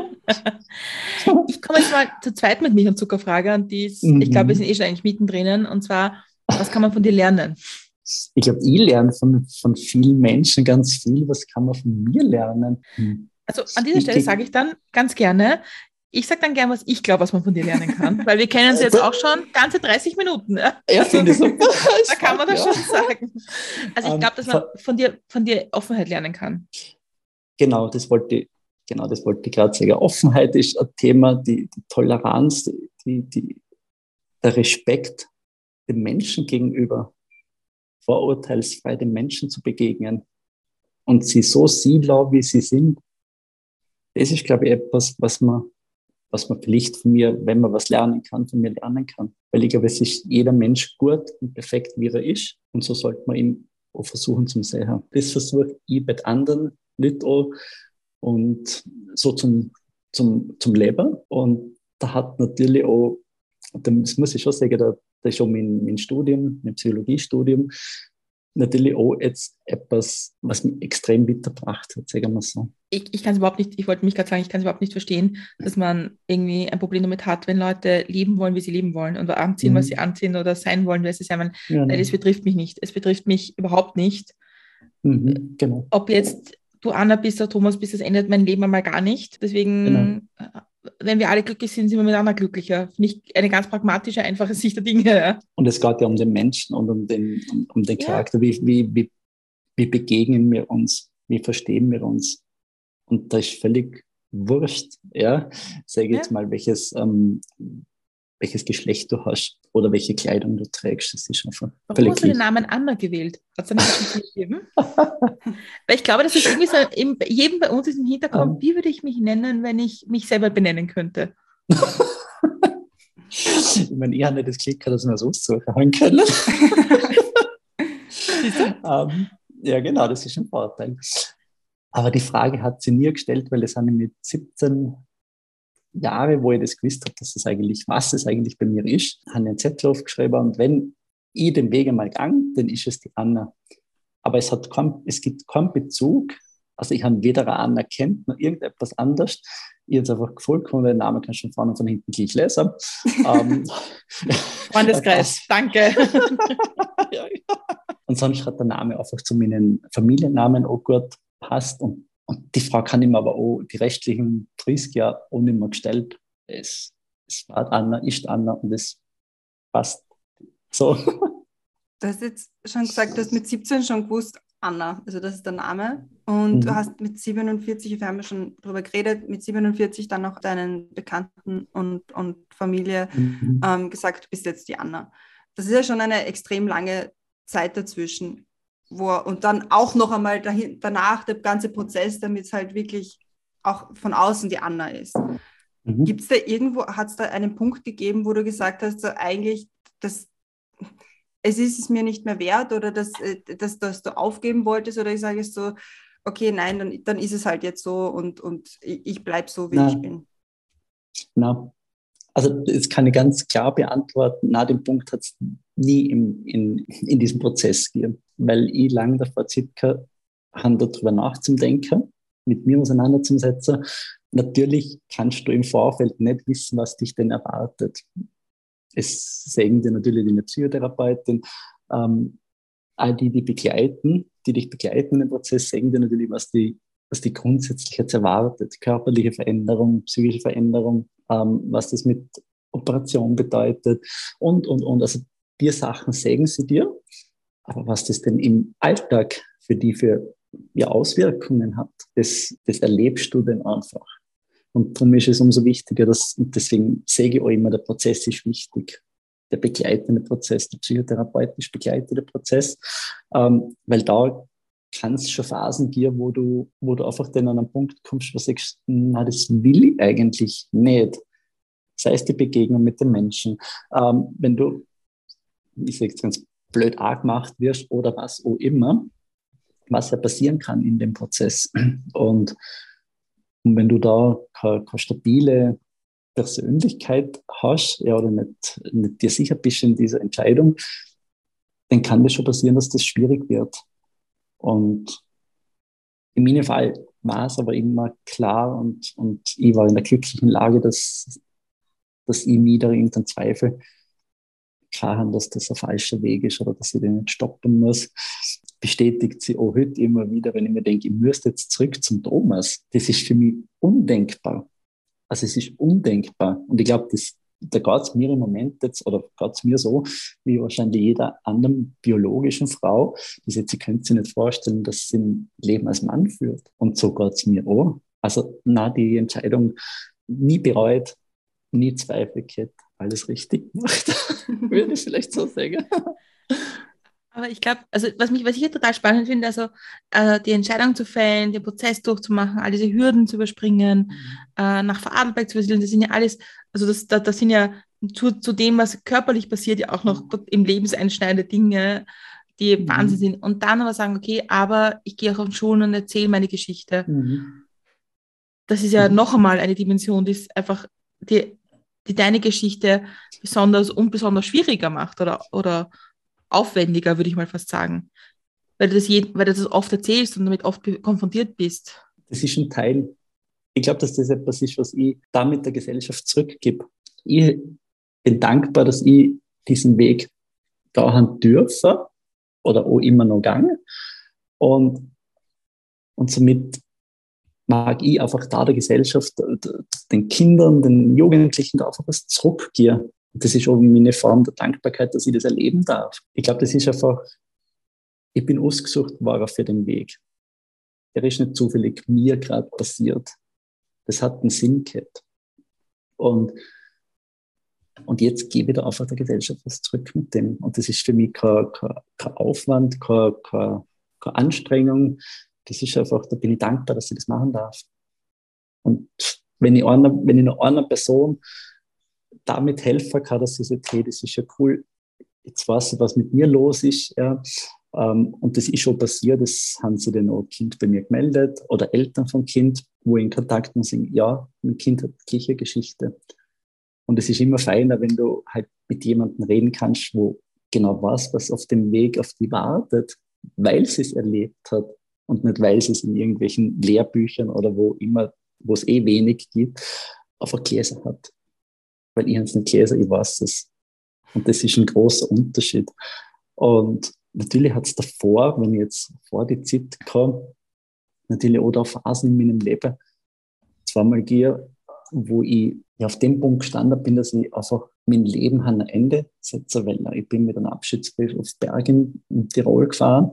Speaker 2: Ich komme jetzt mal zur zweiten mit Milch und Zuckerfrage und die ist, mhm. ich glaube, wir sind eh schon eigentlich mittendrin, und zwar, was kann man von dir lernen?
Speaker 3: Ich glaube, ich lerne von, von vielen Menschen ganz viel. Was kann man von mir lernen? Hm.
Speaker 2: Also an dieser Stelle sage ich dann ganz gerne, ich sage dann gerne, was ich glaube, was man von dir lernen kann, weil wir kennen uns jetzt auch schon ganze dreißig Minuten. Ja,
Speaker 3: ja finde ich so.
Speaker 2: Da kann man das ja. schon sagen. Also ich glaube, dass man von dir, von dir Offenheit lernen kann.
Speaker 3: Genau, das wollte ich, genau, das wollte ich gerade sagen. Offenheit ist ein Thema, die, die Toleranz, die, die, der Respekt dem Menschen gegenüber, vorurteilsfrei den Menschen zu begegnen und sie so sehen lassen, wie sie sind. Das ist, glaube ich, etwas, was man was man vielleicht von mir, wenn man was lernen kann, von mir lernen kann. Weil ich glaube, es ist jeder Mensch gut und perfekt, wie er ist. Und so sollte man ihn auch versuchen zu sehen. Das versuche ich bei anderen Leuten auch und so zum, zum, zum Leben. Und da hat natürlich auch, das muss ich schon sagen, da, da ist schon mein, mein Studium, mein Psychologiestudium, natürlich auch jetzt etwas, was mich extrem weitergebracht hat, sagen wir so.
Speaker 2: Ich, ich kann es überhaupt nicht, ich wollte mich gerade sagen, ich kann es überhaupt nicht verstehen, dass man irgendwie ein Problem damit hat, wenn Leute leben wollen, wie sie leben wollen und anziehen, mhm. was sie anziehen oder sein wollen, wer sie sein wollen. Ja, Nein, das betrifft mich nicht. Es betrifft mich überhaupt nicht.
Speaker 3: Mhm, genau.
Speaker 2: Ob jetzt du Anna bist oder Thomas bist, das ändert mein Leben einmal gar nicht. Deswegen, genau. Wenn wir alle glücklich sind, sind wir miteinander glücklicher. Finde ich eine ganz pragmatische, einfache Sicht der Dinge. Ja.
Speaker 3: Und es geht ja um den Menschen und um den, um, um den Charakter. Ja. Wie, wie, wie, wie begegnen wir uns? Wie verstehen wir uns? Und da ist völlig wurscht, ja, sage ich jetzt ja. mal, welches, ähm, welches Geschlecht du hast oder welche Kleidung du trägst. Das ist einfach
Speaker 2: Warum hast du den Namen Anna gewählt? Hat es eine Geschichte gegeben? Weil ich glaube, dass es irgendwie so in, jedem bei uns ist im Hinterkopf, um, wie würde ich mich nennen, wenn ich mich selber benennen könnte?
Speaker 3: Ich meine, ich habe nicht das Glück gehabt, dass wir das aussuchen können. um, ja, genau, das ist ein Vorteil. Aber die Frage hat sie nie gestellt, weil es sind mit siebzehn Jahren, wo ich das gewusst habe, dass es eigentlich, was es eigentlich bei mir ist, habe ich einen Zettel aufgeschrieben und wenn ich den Weg einmal gegangen, dann ist es die Anna. Aber es, hat kein, es gibt keinen Bezug, also ich habe weder eine Anna kennt, noch irgendetwas anderes. Ich habe es einfach gefolgt und den Namen kannst du von vorne und von hinten gleich lesen. um,
Speaker 2: Freundeskreis, danke.
Speaker 3: Ja, ja. Und sonst hat der Name einfach zu meinen Familiennamen auch gut passt. Und, und die Frage kann ich mir aber auch die restlichen dreißig Jahre auch nicht mehr gestellt. Es, es war Anna, ist Anna und es passt so.
Speaker 1: Du hast jetzt schon gesagt, du hast mit siebzehn schon gewusst, Anna, also das ist der Name. Und mhm. du hast mit siebenundvierzig, wir haben ja schon darüber geredet, mit siebenundvierzig dann noch deinen Bekannten und, und Familie mhm. ähm, gesagt, du bist jetzt die Anna. Das ist ja schon eine extrem lange Zeit dazwischen. Wo, und dann auch noch einmal dahin, danach der ganze Prozess, damit es halt wirklich auch von außen die Anna ist. Mhm. Gibt es da irgendwo, hat es da einen Punkt gegeben, wo du gesagt hast, so eigentlich, das, es ist es mir nicht mehr wert oder dass, dass, dass du aufgeben wolltest oder ich sage es so, okay, nein, dann, dann ist es halt jetzt so und, und ich bleibe so, wie Na. ich bin.
Speaker 3: Na. Also das kann ich ganz klar beantworten. Nach dem Punkt hat es nie im, in, in diesem Prozess gegeben, weil ich lange davor circa habe darüber nachzudenken, mit mir auseinanderzusetzen. Natürlich kannst du im Vorfeld nicht wissen, was dich denn erwartet. Es sagen dir natürlich die Psychotherapeutin, ähm, all die, die begleiten, die dich begleiten im Prozess, sagen dir natürlich, was die, was die grundsätzlich jetzt erwartet. Körperliche Veränderung, psychische Veränderung, ähm, was das mit Operation bedeutet und, und, und. Also die Sachen sagen sie dir, aber was das denn im Alltag für die für ja, Auswirkungen hat, das, das erlebst du dann einfach. Und darum ist es umso wichtiger, dass, und deswegen sage ich auch immer, der Prozess ist wichtig. Der begleitende Prozess, der psychotherapeutisch begleitende Prozess, ähm, weil da kann es schon Phasen geben, wo du, wo du einfach dann an einen Punkt kommst, wo du sagst, na, das will ich eigentlich nicht. Sei es die Begegnung mit den Menschen. Ähm, wenn du, ich sage jetzt ganz blöd angemacht wirst oder was auch immer, was ja passieren kann in dem Prozess. Und, und wenn du da keine, keine stabile Persönlichkeit hast, ja, oder nicht, nicht dir sicher bist in dieser Entscheidung, dann kann das schon passieren, dass das schwierig wird. Und in meinem Fall war es aber immer klar und, und ich war in der glücklichen Lage, dass, dass ich nie da irgendeinen Zweifel klar habe, dass das ein falscher Weg ist oder dass ich den nicht stoppen muss. Bestätigt sie auch heute immer wieder, wenn ich mir denke, ich müsste jetzt zurück zum Thomas. Das ist für mich undenkbar. Also es ist undenkbar. Und ich glaube, das da geht es mir im Moment jetzt, oder geht es mir so, wie wahrscheinlich jeder anderen biologischen Frau, die sagt, sie könnte sich nicht vorstellen, dass sie ein Leben als Mann führt. Und so geht es mir auch. Also, na, die Entscheidung nie bereut, nie Zweifel gehabt, alles richtig gemacht, würde ich vielleicht so sagen.
Speaker 2: Aber ich glaube, also was mich, was ich hier total spannend finde, also äh, die Entscheidung zu fällen, den Prozess durchzumachen, all diese Hürden zu überspringen, mhm. äh, nach Vorarlberg zu versiedeln, das sind ja alles, also das, das, das sind ja zu, zu dem, was körperlich passiert, ja auch noch mhm. im Lebenseinschneidende Dinge, die mhm. Wahnsinn sind. Und dann aber sagen, okay, aber ich gehe auch auf den Schulen und erzähle meine Geschichte. Mhm. Das ist ja mhm. noch einmal eine Dimension, die ist einfach, die, die deine Geschichte besonders und besonders schwieriger macht oder, oder aufwendiger, würde ich mal fast sagen. Weil du, das je, weil du das oft erzählst und damit oft konfrontiert bist.
Speaker 3: Das ist ein Teil. Ich glaube, dass das etwas ist, was ich damit der Gesellschaft zurückgebe. Ich bin dankbar, dass ich diesen Weg da haben dürfe oder auch immer noch gegangen. Und, und somit mag ich einfach da der Gesellschaft, den Kindern, den Jugendlichen da einfach was zurückgeben. Das ist auch meine Form der Dankbarkeit, dass ich das erleben darf. Ich glaube, das ist einfach, ich bin ausgesucht worden für den Weg. Der ist nicht zufällig mir gerade passiert. Das hat einen Sinn gehabt. Und, und jetzt gebe ich da einfach der Gesellschaft was zurück mit dem. Und das ist für mich kein, kein, kein Aufwand, kein, kein, keine Anstrengung. Das ist einfach, da bin ich dankbar, dass ich das machen darf. Und wenn ich einer, wenn ich noch einer Person damit helfen kann, dass sie sagt, hey, das ist ja cool, jetzt weiß ich, was mit mir los ist. Ja. Ähm, und das ist schon passiert, das haben sie dann auch Kind bei mir gemeldet oder Eltern vom Kind, wo in Kontakt sind, ja, mein Kind hat die gleiche Geschichte. Und es ist immer feiner, wenn du halt mit jemandem reden kannst, wo genau weiß, was auf dem Weg auf die wartet, weil sie es erlebt hat und nicht, weil sie es in irgendwelchen Lehrbüchern oder wo immer, wo es eh wenig gibt, auf der Gläser hat. Weil ich es nicht gelesen, ich weiß es. Und das ist ein großer Unterschied. Und natürlich hat es davor, wenn ich jetzt vor die Zeit kam, natürlich auch da Phasen in meinem Leben zweimal gehe, wo ich ja, auf dem Punkt gestanden bin, dass ich einfach mein Leben an ein Ende setze, weil ich bin mit einem Abschiedsbrief aufs Bergen in Tirol gefahren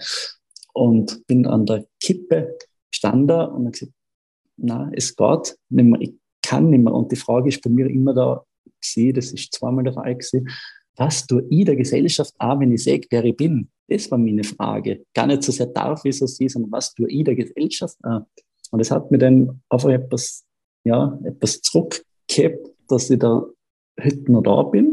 Speaker 3: und bin an der Kippe gestanden und habe gesagt, nein, es geht nicht mehr, ich kann nicht mehr. Und die Frage ist bei mir immer da, gewesen, das ist zweimal der Fall gewesen, was tue ich der Gesellschaft an, wenn ich sage, wer ich bin? Das war meine Frage. Gar nicht so sehr darf ich so sein, sondern was tue ich der Gesellschaft an? Und das hat mir dann einfach etwas, ja, etwas zurückgehabt, dass ich da heute noch da bin.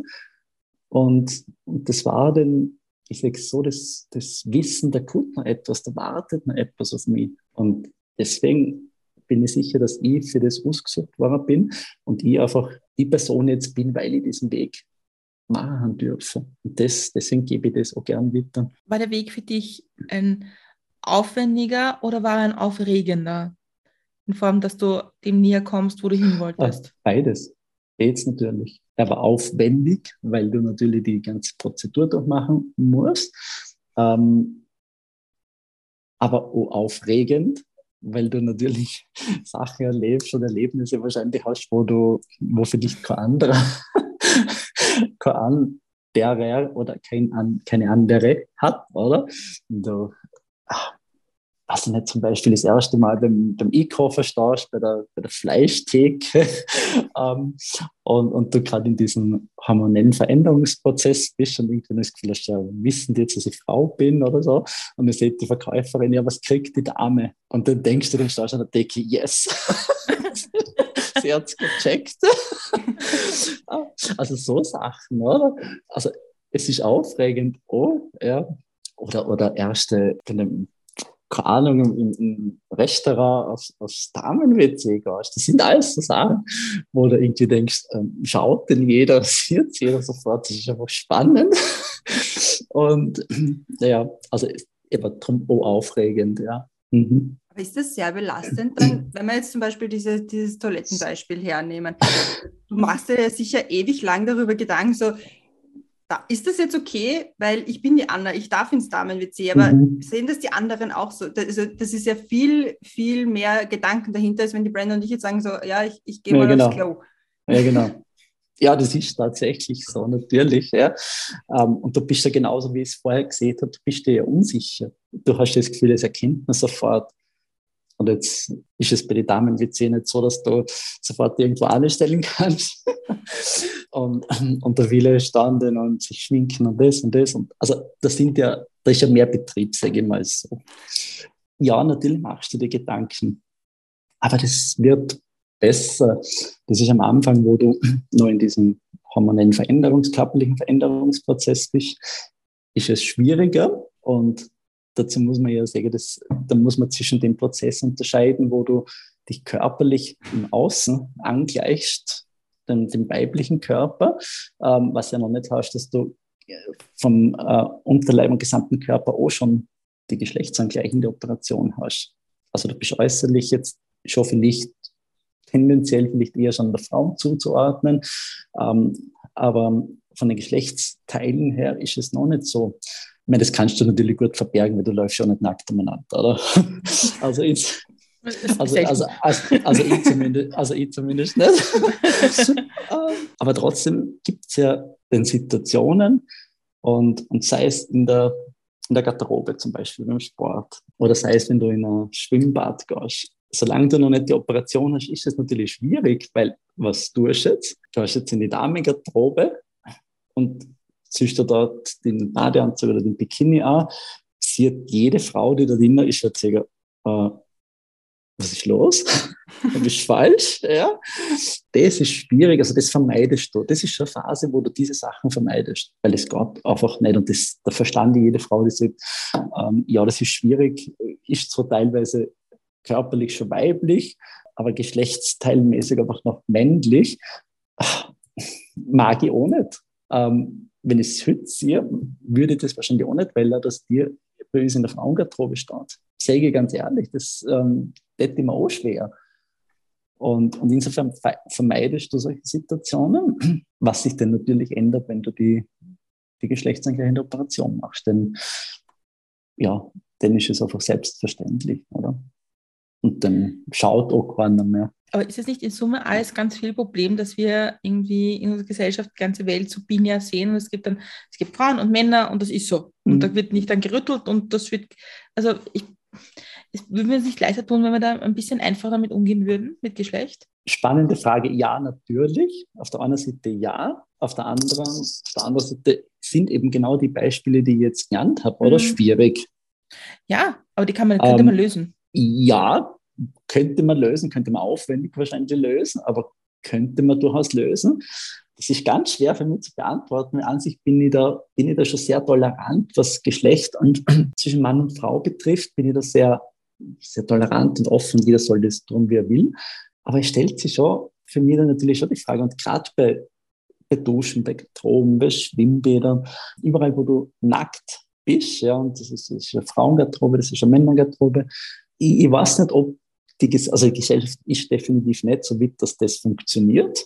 Speaker 3: Und, und das war dann, ich sage so, das, das Wissen, da kommt noch etwas, da wartet noch etwas auf mich. Und deswegen bin ich sicher, dass ich für das ausgesucht worden bin und ich einfach die Person jetzt bin, weil ich diesen Weg machen dürfe. Und das, deswegen gebe ich das auch gern weiter.
Speaker 2: War der Weg für dich ein aufwendiger oder war er ein aufregender? In Form, dass du dem näher kommst, wo du hin wolltest?
Speaker 3: Beides. Jetzt natürlich. Er war aufwendig, weil du natürlich die ganze Prozedur durchmachen musst. Ähm, aber auch aufregend, weil du natürlich Sachen erlebst und Erlebnisse wahrscheinlich hast, wo du, wo für dich kein anderer, kein anderer oder kein, keine andere hat, oder? Und du, ach, weiß ich nicht, zum Beispiel das erste Mal beim, beim Einkaufen stehst, bei der, bei der Fleischtheke ähm, und, und du gerade in diesem hormonellen Veränderungsprozess bist und irgendwie das Gefühl hast, ja, wissen die jetzt, dass ich Frau bin oder so? Und dann sagt die Verkäuferin, ja, was kriegt die Dame? Und dann denkst du, dann stehst du an der Theke, yes! Sie hat es gecheckt. Also so Sachen, oder? Also es ist aufregend, oh, ja. Oder, oder erste, keine Ahnung, im, im Restaurant aufs, aufs Damen-W C gehst. Das sind alles so Sachen, wo du irgendwie denkst, ähm, schaut denn jeder, sieht jeder sofort, das ist einfach spannend. Und ja, also eben drum auch aufregend, ja. Mhm.
Speaker 1: Aber ist das sehr belastend dann, wenn wir jetzt zum Beispiel diese, dieses Toilettenbeispiel hernehmen? Du machst dir ja sicher ewig lang darüber Gedanken, so, da, ist das jetzt okay, weil ich bin die Anna, ich darf ins Damen-W C, aber
Speaker 3: Mhm.
Speaker 1: sehen das die anderen auch so? Das, also, das ist ja viel, viel mehr Gedanken dahinter, als wenn die Brenda und ich jetzt sagen so, ja, ich, ich gehe
Speaker 3: Ja,
Speaker 1: mal
Speaker 3: genau.
Speaker 1: aufs Klo.
Speaker 3: Ja, genau. Ja, das ist tatsächlich so, natürlich. Ja. Ähm, und du bist ja genauso, wie ich es vorher gesehen habe, du bist dir ja unsicher. Du hast das Gefühl, es erkennt man sofort. Und jetzt ist es bei den Damen-W C nicht so, dass du sofort irgendwo anstellen kannst. und, und da viele standen und sich schminken und das und das. Und also da sind ja, da ist ja mehr Betrieb, sage ich mal so. Ja, natürlich machst du dir Gedanken. Aber das wird besser. Das ist am Anfang, wo du noch in diesem hormonellen Veränderungs-, körperlichen Veränderungsprozess bist, ist es schwieriger. Und dazu muss man ja sagen, dass, da muss man zwischen dem Prozess unterscheiden, wo du dich körperlich im Außen angleichst, dem, dem weiblichen Körper, ähm, was ja noch nicht heißt, dass du vom äh, Unterleib und gesamten Körper auch schon die geschlechtsangleichende Operation hast. Also du bist äußerlich jetzt schon vielleicht tendenziell vielleicht eher schon der Frau zuzuordnen, ähm, aber von den Geschlechtsteilen her ist es noch nicht so. Ich meine, das kannst du natürlich gut verbergen, weil du läufst schon nicht nackt umeinander, oder? Also ich, also, also, also, also, ich zumindest, also ich zumindest nicht. Aber trotzdem gibt es ja den Situationen und, und sei es in der, in der Garderobe zum Beispiel beim Sport oder sei es, wenn du in ein Schwimmbad gehst. Solange du noch nicht die Operation hast, ist es natürlich schwierig, weil was tust du jetzt? Du hast jetzt in die Damengarderobe und ziehst du dort den Badeanzug oder den Bikini an, sieht jede Frau, die da drin ist, wird sagen, äh, was ist los? Du bist falsch, ja. Das ist schwierig, also das vermeidest du. Das ist schon eine Phase, wo du diese Sachen vermeidest, weil es geht einfach nicht. Und das, da verstand ich jede Frau, die sagt, ähm, ja, das ist schwierig, ist zwar teilweise körperlich schon weiblich, aber geschlechtsteilmäßig einfach noch männlich. Ach, mag ich auch nicht. Ähm, wenn ich es heute sehe, würde ich das wahrscheinlich auch nicht, weil er das dir bei uns in der Frauengarderobe steht. Sage ich ganz ehrlich, das ähm, hätte mir auch schwer. Und, und insofern vermeidest du solche Situationen, was sich dann natürlich ändert, wenn du die, die geschlechtsangleichende Operation machst. Denn ja, dann ist es einfach selbstverständlich, oder? Und dann schaut auch keiner mehr.
Speaker 2: Aber ist es nicht in Summe alles ganz viel Problem, dass wir irgendwie in unserer Gesellschaft die ganze Welt so binär sehen und es gibt dann, es gibt Frauen und Männer und das ist so. Und mhm. da wird nicht dann gerüttelt und das wird, also ich, es würde mir nicht leichter tun, wenn wir da ein bisschen einfacher damit umgehen würden, mit Geschlecht?
Speaker 3: Spannende Frage, ja, natürlich. Auf der einen Seite ja, auf der anderen, auf der anderen Seite sind eben genau die Beispiele, die ich jetzt genannt habe, oder? Mhm. Schwierig.
Speaker 2: Ja, aber die kann man, könnte ähm, man lösen.
Speaker 3: Ja, könnte man lösen, könnte man aufwendig wahrscheinlich lösen, aber könnte man durchaus lösen. Das ist ganz schwer für mich zu beantworten. An sich bin ich da, bin ich da schon sehr tolerant, was Geschlecht und zwischen Mann und Frau betrifft, bin ich da sehr, sehr tolerant und offen. Jeder soll das tun, wie er will. Aber es stellt sich schon für mich dann natürlich schon die Frage, und gerade bei, bei Duschen, bei Garderoben, bei Schwimmbädern, überall, wo du nackt bist, ja, und das ist, das ist eine Frauengarderobe, das ist eine Männergarderobe. Ich, ich weiß nicht, ob die, also die Gesellschaft ist definitiv nicht so weit, dass das funktioniert.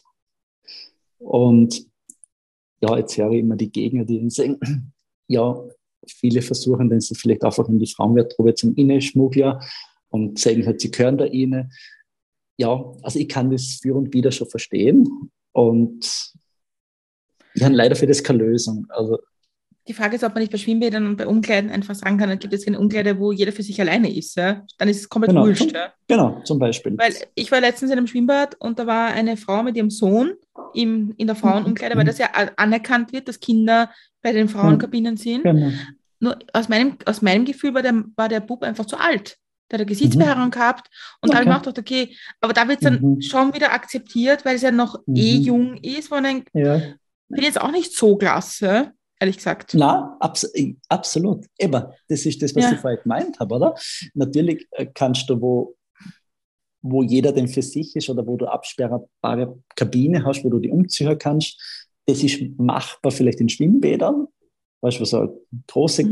Speaker 3: Und ja, jetzt höre ich immer die Gegner, die sagen, ja, viele versuchen dann sie vielleicht einfach in die Frauengarderobe zum Innenschmuggler und sagen halt, sie gehören da rein. Ja, also ich kann das für und wieder schon verstehen und ich habe leider für das keine Lösung. Also
Speaker 2: die Frage ist, ob man nicht bei Schwimmbädern und bei Umkleiden einfach sagen kann, dann gibt es eine Umkleide, wo jeder für sich alleine ist. Ja? Dann ist es komplett
Speaker 3: genau,
Speaker 2: wurscht.
Speaker 3: Zum,
Speaker 2: ja?
Speaker 3: Genau, zum Beispiel.
Speaker 2: Weil ich war letztens in einem Schwimmbad und da war eine Frau mit ihrem Sohn im, in der Frauenumkleide, weil das ja anerkannt wird, dass Kinder bei den Frauenkabinen sind. Genau. Nur aus meinem, aus meinem Gefühl war der, war der Bub einfach zu alt. Der hat eine Gesichtsbehaarung mhm. gehabt und okay. da habe ich mir auch gedacht, okay, aber da wird es dann mhm. schon wieder akzeptiert, weil es ja noch mhm. eh jung ist. Und ich ja. bin jetzt auch nicht so klasse. Ehrlich gesagt.
Speaker 3: Na, abs- absolut. Eben, das ist das, was ja. ich vorher gemeint habe, oder? Natürlich kannst du, wo, wo jeder denn für sich ist oder wo du absperrbare Kabine hast, wo du die umziehen kannst, das ist machbar vielleicht in Schwimmbädern, weißt du, so eine große mhm.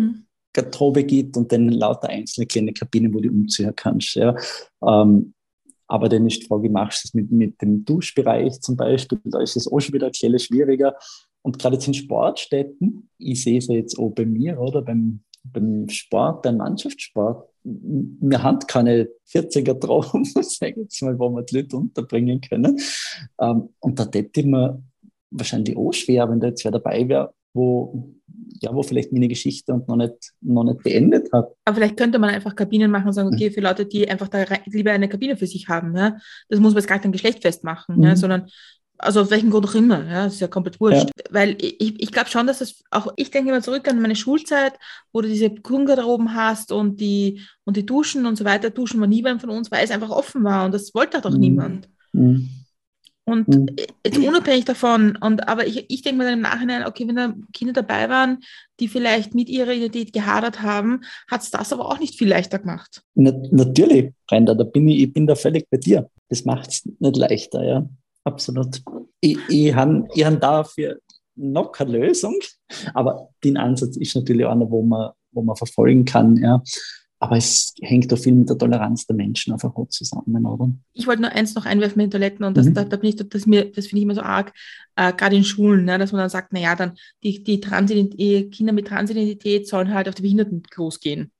Speaker 3: Garderobe gibt und dann lauter einzelne kleine Kabinen, wo du umziehen kannst. Ja. Ähm, aber dann ist die Frage, machst du das mit, mit dem Duschbereich zum Beispiel? Da ist es auch schon wieder ein bisschen schwieriger. Und gerade jetzt in Sportstätten, ich sehe es ja jetzt auch bei mir, oder beim, beim Sport, beim Mannschaftssport, wir haben keine vierziger Traum, sage ich jetzt mal, wo wir die Leute unterbringen können. Ähm, und da hätte ich mir wahrscheinlich auch schwer, wenn da jetzt wer dabei wäre, wo, ja, wo vielleicht meine Geschichte und noch nicht, noch nicht beendet hat.
Speaker 2: Aber vielleicht könnte man einfach Kabinen machen und sagen, okay, für Leute, die einfach da rein, lieber eine Kabine für sich haben, ja, das muss man jetzt gar nicht ein Geschlecht festmachen, mhm. ja, sondern also auf welchen Grund auch immer, ja, das ist ja komplett wurscht. Ja. Weil ich, ich glaube schon, dass das auch, ich denke immer zurück an meine Schulzeit, wo du diese Grundgarderoben hast und die, und die Duschen und so weiter, Duschen war niemand von uns, weil es einfach offen war und das wollte doch mhm. niemand. Mhm. Und mhm. jetzt unabhängig davon, und, aber ich, ich denke mir dann im Nachhinein, okay, wenn da Kinder dabei waren, die vielleicht mit ihrer Identität gehadert haben, hat es das aber auch nicht viel leichter gemacht.
Speaker 3: Na, natürlich, Brenda, da bin ich, ich bin da völlig bei dir. Das macht es nicht leichter, ja. Absolut. Ich, ich habe ich hab dafür noch keine Lösung, aber den Ansatz ist natürlich einer, wo man, wo man verfolgen kann, ja. Aber es hängt doch viel mit der Toleranz der Menschen einfach auch zusammen, oder?
Speaker 2: Ich wollte nur eins noch einwerfen mit den Toiletten und das, mhm. da, da bin ich, das, mir, das finde ich immer so arg, äh, gerade in Schulen, ne, dass man dann sagt, naja, dann die, die Transidentität, Kinder mit Transidentität sollen halt auf die Behindertenklos gehen.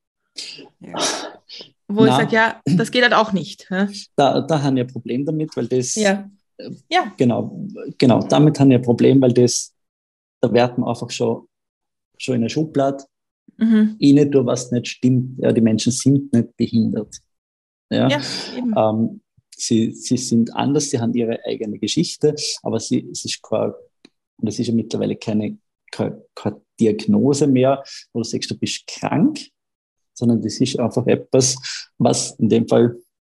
Speaker 2: Ja. Wo Na, ich sage, ja, das geht halt auch nicht. Ja?
Speaker 3: Da, da haben wir ein Problem damit, weil das,
Speaker 2: ja.
Speaker 3: Äh,
Speaker 2: ja.
Speaker 3: Genau, genau, damit haben wir ein Problem, weil das, da wird man einfach schon, schon in eine Schublade, mhm. ihnen durch was nicht stimmt. Ja, die Menschen sind nicht behindert. Ja, ja eben. Ähm, sie, sie sind anders, sie haben ihre eigene Geschichte, aber sie, es ist kein, und es ist ja mittlerweile keine, keine, keine Diagnose mehr, wo du sagst, du bist krank, sondern das ist einfach etwas, was in dem Fall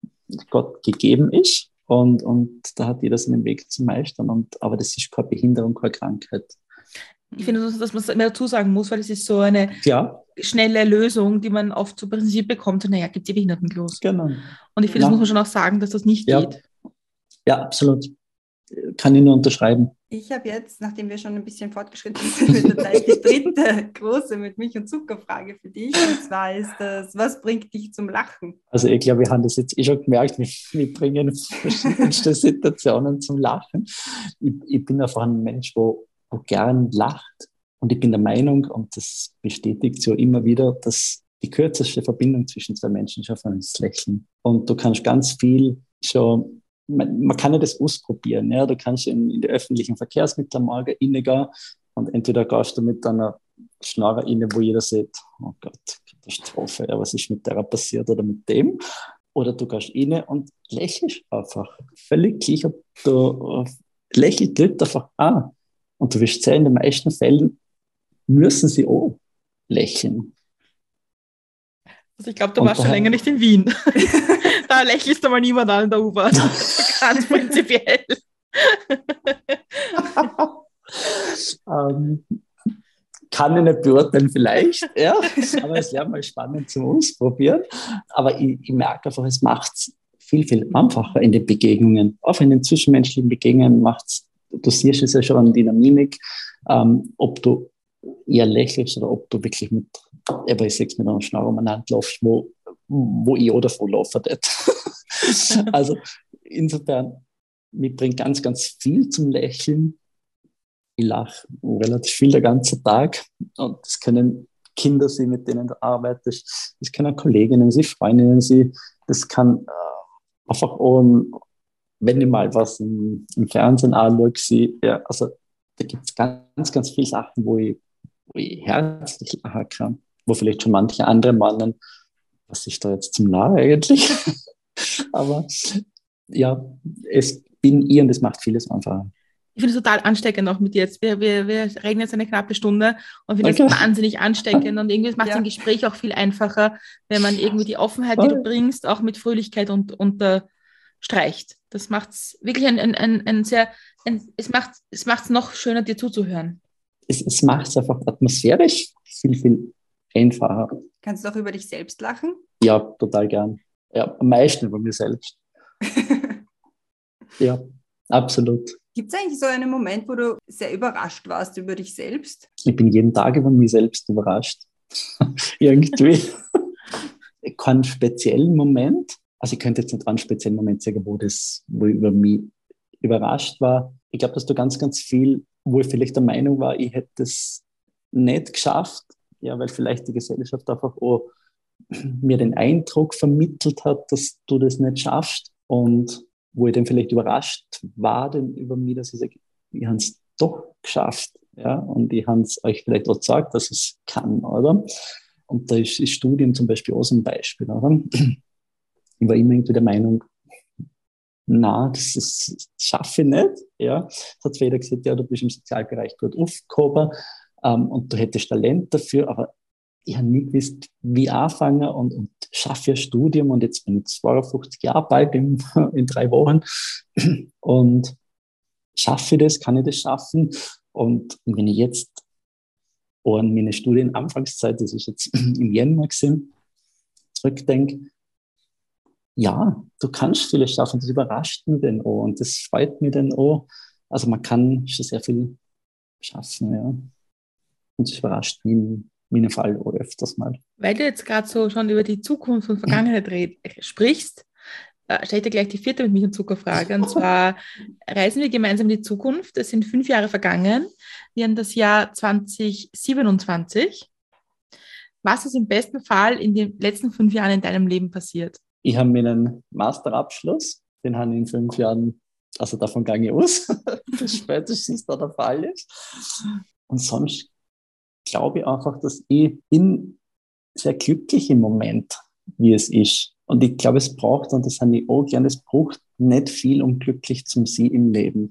Speaker 3: Gott gegeben ist. Und, und da hat jeder seinen Weg zu meistern. Und, aber das ist keine Behinderung, keine Krankheit.
Speaker 2: Ich finde, dass man es immer dazu sagen muss, weil es ist so eine
Speaker 3: ja.
Speaker 2: schnelle Lösung, die man oft so präsentiert bekommt. Und naja, gibt es die Behindertenklos.
Speaker 3: Genau.
Speaker 2: Und ich finde, das muss man schon auch sagen, dass das nicht
Speaker 3: ja.
Speaker 2: geht.
Speaker 3: Ja, absolut. Kann ich nur unterschreiben.
Speaker 1: Ich habe jetzt, nachdem wir schon ein bisschen fortgeschritten sind mit der Zeit, die dritte große mit Milch und Zuckerfrage für dich. Und zwar ist das, was bringt dich zum Lachen?
Speaker 3: Also ich glaube, wir haben das jetzt eh schon gemerkt, wir, wir bringen verschiedenste Situationen zum Lachen. Ich, ich bin einfach ein Mensch, wo, wo gern lacht. Und ich bin der Meinung, und das bestätigt so immer wieder, dass die kürzeste Verbindung zwischen zwei Menschen ist einfach das Lächeln. Und du kannst ganz viel schon... Man, man kann ja das ausprobieren. Ja? Du kannst in, in die öffentlichen Verkehrsmittel am Morgen reingehen und entweder gehst du mit einer Schnarre rein, wo jeder sieht, oh Gott, Katastrophe, ja, was ist mit der passiert oder mit dem? Oder du gehst rein und lächelst einfach. Völlig gleich, ob du äh, lächelt die Leute einfach an. Und du wirst sehen, in den meisten Fällen müssen sie auch lächeln.
Speaker 2: Also ich glaube, du und warst schon länger nicht in Wien. Da lächelst du mal niemand an in der U-Bahn. Ganz prinzipiell.
Speaker 3: ähm, kann ich nicht beurteilen, vielleicht, ja, aber es wäre mal spannend zum Ausprobieren. Aber ich, ich merke einfach, es macht es viel, viel einfacher in den Begegnungen. Auch in den zwischenmenschlichen Begegnungen macht es, du siehst es ja schon an deiner Mimik, ähm, ob du eher lächelst oder ob du wirklich mit, aber ich sag's mit einer Schnarre umeinander laufst, wo, wo ich auch davon laufen würde. Also insofern, mir bringt ganz, ganz viel zum Lächeln. Ich lache relativ viel den ganzen Tag und das können Kinder sein, mit denen du arbeitest, das können Kolleginnen sein, Freundinnen sein, das kann äh, einfach auch, wenn ich mal was im, im Fernsehen anschaue, ja, also da gibt es ganz, ganz viele Sachen, wo ich, wo ich herzlich lachen kann, wo vielleicht schon manche andere meinen, was ist da jetzt zum Lachen eigentlich? Aber ja, es bin ich und es macht vieles einfacher.
Speaker 2: Ich finde es total ansteckend auch mit dir jetzt. Wir, wir, wir reden jetzt eine knappe Stunde und finde es okay. wahnsinnig ansteckend und irgendwie macht es ja. ein Gespräch auch viel einfacher, wenn man irgendwie die Offenheit, die du bringst, auch mit Fröhlichkeit und unterstreicht. Das macht es wirklich ein, ein, ein, ein sehr, ein, es macht es macht's noch schöner, dir zuzuhören.
Speaker 3: Es, es macht es einfach atmosphärisch viel, viel einfacher.
Speaker 1: Kannst du auch über dich selbst lachen?
Speaker 3: Ja, total gern. Ja, am meisten über mich selbst. Ja, absolut.
Speaker 1: Gibt es eigentlich so einen Moment, wo du sehr überrascht warst über dich selbst?
Speaker 3: Ich bin jeden Tag über mich selbst überrascht. Irgendwie. Keinen speziellen Moment. Also ich könnte jetzt nicht einen speziellen Moment sagen, wo das, wo ich über mich überrascht war. Ich glaube, dass du ganz, ganz viel, wo ich vielleicht der Meinung war, ich hätte es nicht geschafft, ja, weil vielleicht die Gesellschaft einfach auch mir den Eindruck vermittelt hat, dass du das nicht schaffst. Und wo ich dann vielleicht überrascht war denn über mich, dass ich sage, ich habe es doch geschafft. Ja, und ich habe es euch vielleicht auch gesagt, dass ich es kann, oder? Und da ist das Studium zum Beispiel auch so ein Beispiel, oder? Ich war immer irgendwie der Meinung, na, das, ist, das schaffe ich nicht. Ja. Es hat zwar jeder gesagt, ja, du bist im Sozialbereich gut aufgehoben ähm, und du hättest Talent dafür, aber ich habe nie gewusst, wie anfangen und, und schaffe ein Studium und jetzt bin ich zweiundfünfzig Jahre bald in, in drei Wochen und schaffe ich das, kann ich das schaffen? Und wenn ich jetzt an meine Studienanfangszeit, das ist jetzt im Jänner gewesen, zurückdenke, ja, du kannst vieles schaffen, das überrascht mich dann auch und das freut mich dann auch. Also man kann schon sehr viel schaffen, ja. Und es überrascht mich in meinem Fall auch öfters mal.
Speaker 2: Weil du jetzt gerade so schon über die Zukunft und Vergangenheit red, sprichst, äh, stelle ich dir gleich die vierte mit Milch und Zuckerfrage. Und zwar reisen wir gemeinsam in die Zukunft. Es sind fünf Jahre vergangen. Wir haben das Jahr zwanzig siebenundzwanzig. Was ist im besten Fall in den letzten fünf Jahren in deinem Leben passiert?
Speaker 3: Ich habe meinen Masterabschluss, den habe ich in fünf Jahren, also davon gehe ich aus, dass spätestens da der Fall ist. Und sonst glaube ich einfach, dass ich bin sehr glücklich im Moment, wie es ist. Und ich glaube, es braucht, und das habe ich auch gern, es braucht nicht viel, um glücklich zu sein im Leben.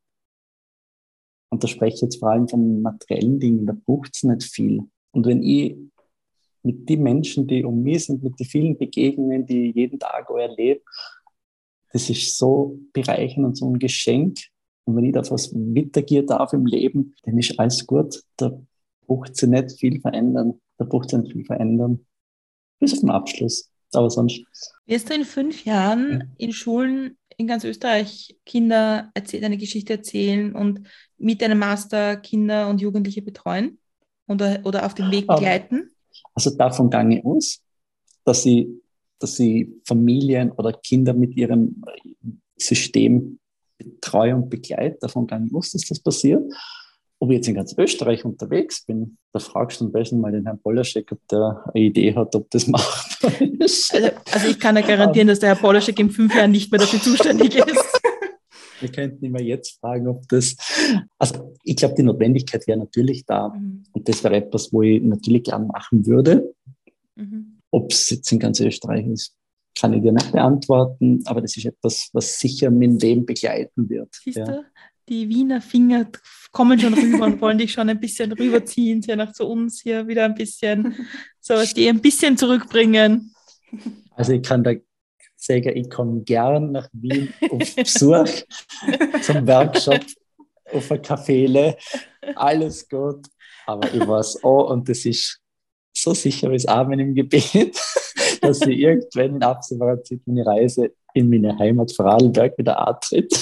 Speaker 3: Und da spreche ich jetzt vor allem von materiellen Dingen, da braucht es nicht viel. Und wenn ich mit den Menschen, die um mich sind, mit den vielen Begegnungen, die ich jeden Tag auch erlebe, das ist so bereichernd und so ein Geschenk. Und wenn ich da was weitergehen darf im Leben, dann ist alles gut. Da braucht sie nicht viel verändern. Da braucht sie nicht viel verändern. Bis auf den Abschluss. Aber sonst.
Speaker 2: Wirst du in fünf Jahren in Schulen in ganz Österreich Kinder erzähl, deine Geschichte erzählen und mit deinem Master Kinder und Jugendliche betreuen oder, oder auf dem Weg begleiten?
Speaker 3: Also davon gehe ich aus, dass sie, dass sie Familien oder Kinder mit ihrem System betreue und begleite. Davon gehe ich aus, dass das passiert. Ob ich jetzt in ganz Österreich unterwegs bin, da fragst du am besten mal den Herrn Polaschek, ob der eine Idee hat, ob das machbar ist.
Speaker 2: Also, also ich kann ja garantieren, dass der Herr Polaschek in fünf Jahren nicht mehr dafür zuständig ist.
Speaker 3: Wir könnten immer jetzt fragen, ob das... Also ich glaube, die Notwendigkeit wäre natürlich da. Mhm. Und das wäre etwas, wo ich natürlich gern machen würde. Mhm. Ob es jetzt in ganz Österreich ist, kann ich dir nicht beantworten. Aber das ist etwas, was sicher mein Leben begleiten wird.
Speaker 2: Siehst
Speaker 3: ja.
Speaker 2: du, die Wiener Finger kommen schon rüber und wollen dich schon ein bisschen rüberziehen, hier nach zu uns hier wieder ein bisschen, so die ein bisschen zurückbringen.
Speaker 3: Also ich kann da sagen, ich komme gern nach Wien auf Besuch zum Workshop auf eine Cafele. Alles gut. Aber ich weiß auch, und das ist so sicher wie das Amen im Gebet, dass ich irgendwann in absehbarer Zeit meine Reise in meine Heimat Vorarlberg wieder antritt.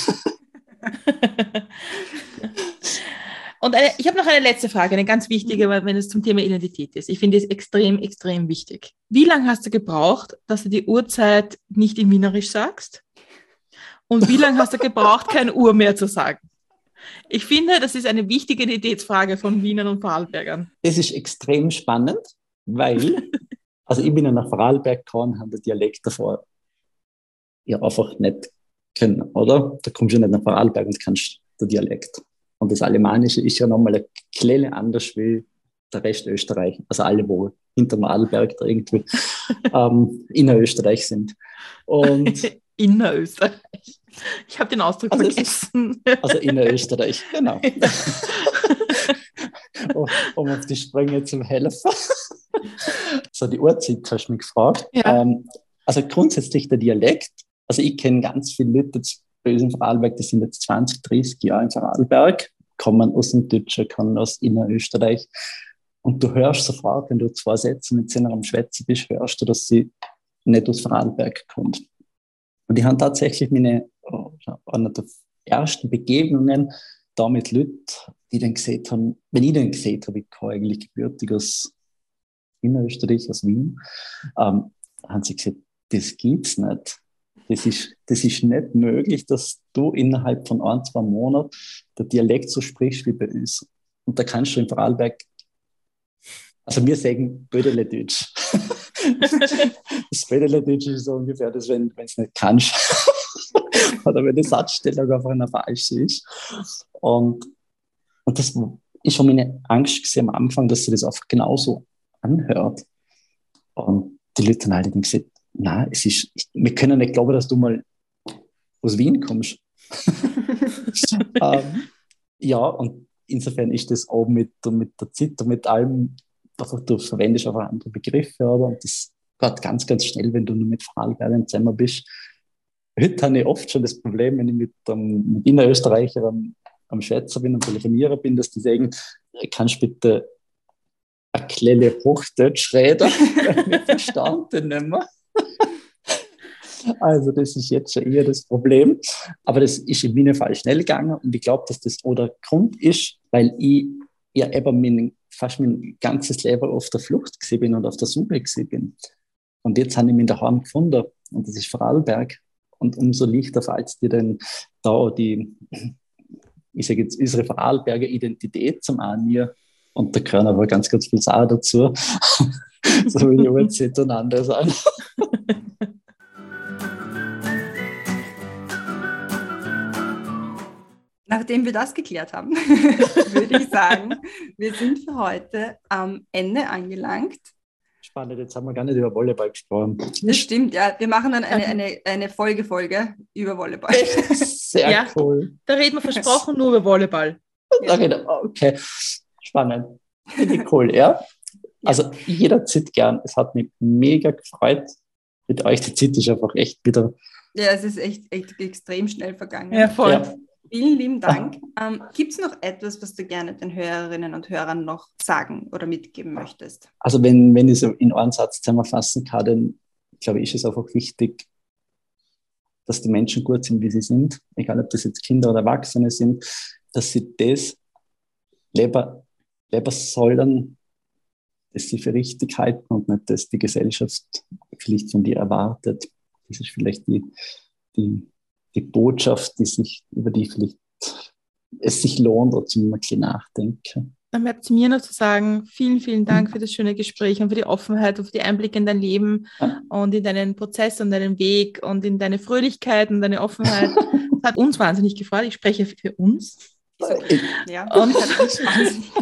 Speaker 2: Und eine, ich habe noch eine letzte Frage, eine ganz wichtige, wenn es zum Thema Identität ist. Ich finde es extrem, extrem wichtig. Wie lange hast du gebraucht, dass du die Uhrzeit nicht in Wienerisch sagst? Und wie lange hast du gebraucht, keine Uhr mehr zu sagen? Ich finde, das ist eine wichtige Identitätsfrage von Wienern und Vorarlbergern.
Speaker 3: Das ist extrem spannend, weil, also ich bin ja nach Vorarlberg gekommen, habe den Dialekt davor ja einfach nicht können, oder? Da kommst du ja nicht nach Vorarlberg und kannst den Dialekt. Und das Alemannische ist ja nochmal ein kleine anders wie der Rest Österreich. Also alle, wo hinter Vorarlberg da irgendwie ähm, innerösterreich sind. Und
Speaker 2: innerösterreich. Ich habe den Ausdruck
Speaker 3: also
Speaker 2: vergessen.
Speaker 3: Ist, also innerösterreich, genau. um, um auf die Sprünge zu helfen. So, die Uhrzeit hast du mich gefragt.
Speaker 2: Ja.
Speaker 3: Ähm, also grundsätzlich der Dialekt. Also ich kenne ganz viele Leute jetzt bei uns in Vorarlberg, die sind jetzt zwanzig, dreißig Jahre in Vorarlberg, kommen aus dem Deutschen, kommen aus Innerösterreich. Und du hörst sofort, wenn du zwei Sätze mit denen am Schwätzen bist, hörst du, dass sie nicht aus Vorarlberg kommt. Und die haben tatsächlich meine, oh, eine der ersten Begegnungen da mit Leuten, die dann gesehen haben, wenn ich dann gesehen habe, ich komme eigentlich gebürtig aus Innerösterreich, aus Wien, ähm, haben sie gesagt, das gibt's nicht. Das ist, das ist nicht möglich, dass du innerhalb von ein, zwei Monaten der Dialekt so sprichst wie bei uns. Und da kannst du in Vorarlberg, also wir sagen Bödele-Deutsch. Das Bödele-Deutsch ist so ungefähr das, wenn du es nicht kannst. Oder wenn die Satzstellung einfach eine falsche ist. Und, und das ist schon meine Angst gewesen am Anfang, dass sie das einfach genauso anhört. Und die Leute haben halt gesagt, nein, es ist, wir können nicht glauben, dass du mal aus Wien kommst. ähm, ja, und insofern ist das auch mit, mit der Zeit und mit allem, einfach, du verwendest einfach andere Begriffe, oder? Und das geht ganz, ganz schnell, wenn du nur mit Vorarlbergern zusammen bist. Heute habe ich oft schon das Problem, wenn ich mit einem mit Innerösterreicher am, am Schwätzer bin und telefonieren bin, dass die sagen, kannst du bitte eine kleine Hochdeutsch reden? Wir verstehen den nicht mehr. Also das ist jetzt schon eher das Problem. Aber das ist in meinem Fall schnell gegangen und ich glaube, dass das auch der Grund ist, weil ich ja eben mein, fast mein ganzes Leben auf der Flucht gewesen bin und auf der Suche gewesen bin. Und jetzt habe ich mich daheim gefunden und das ist Vorarlberg. Und umso leichter fällt es dir dann da die, ich sage jetzt, unsere Vorarlberger Identität zum einen. Und da gehören aber ganz, ganz viel Sachen dazu. So wie die U Z und andere sagen.
Speaker 1: Nachdem wir das geklärt haben, würde ich sagen, wir sind für heute am Ende angelangt.
Speaker 3: Spannend, jetzt haben wir gar nicht über Volleyball gesprochen.
Speaker 1: Das stimmt, ja. Wir machen dann eine, eine, eine Folge-Folge über Volleyball.
Speaker 3: Sehr ja, cool.
Speaker 2: Da reden wir versprochen nur über Volleyball.
Speaker 3: Ja. Okay, spannend. Finde ich cool, ja. Also jederzeit gern. Es hat mich mega gefreut mit euch. Die Zeit ist einfach echt wieder...
Speaker 1: Ja, es ist echt, echt extrem schnell vergangen.
Speaker 2: Ja, voll. Ja.
Speaker 1: Vielen lieben Dank. Ähm, Gibt es noch etwas, was du gerne den Hörerinnen und Hörern noch sagen oder mitgeben möchtest?
Speaker 3: Also wenn, wenn ich so in einen Satz zusammenfassen kann, dann glaube ich, ist es einfach wichtig, dass die Menschen gut sind, wie sie sind, egal ob das jetzt Kinder oder Erwachsene sind, dass sie das leben, leben sollen, das sie für richtig halten und nicht, dass die Gesellschaft vielleicht von dir erwartet. Das ist vielleicht die, die die Botschaft, die sich, über die vielleicht es sich lohnt, oder zum ein bisschen nachdenken.
Speaker 2: Dann bleibt es mir noch zu sagen, vielen, vielen Dank für das schöne Gespräch und für die Offenheit und für die Einblicke in dein Leben ja. und in deinen Prozess und deinen Weg und in deine Fröhlichkeit und deine Offenheit. Das hat uns wahnsinnig gefreut. Ich spreche für uns. Ja, und es hat uns wahnsinnig,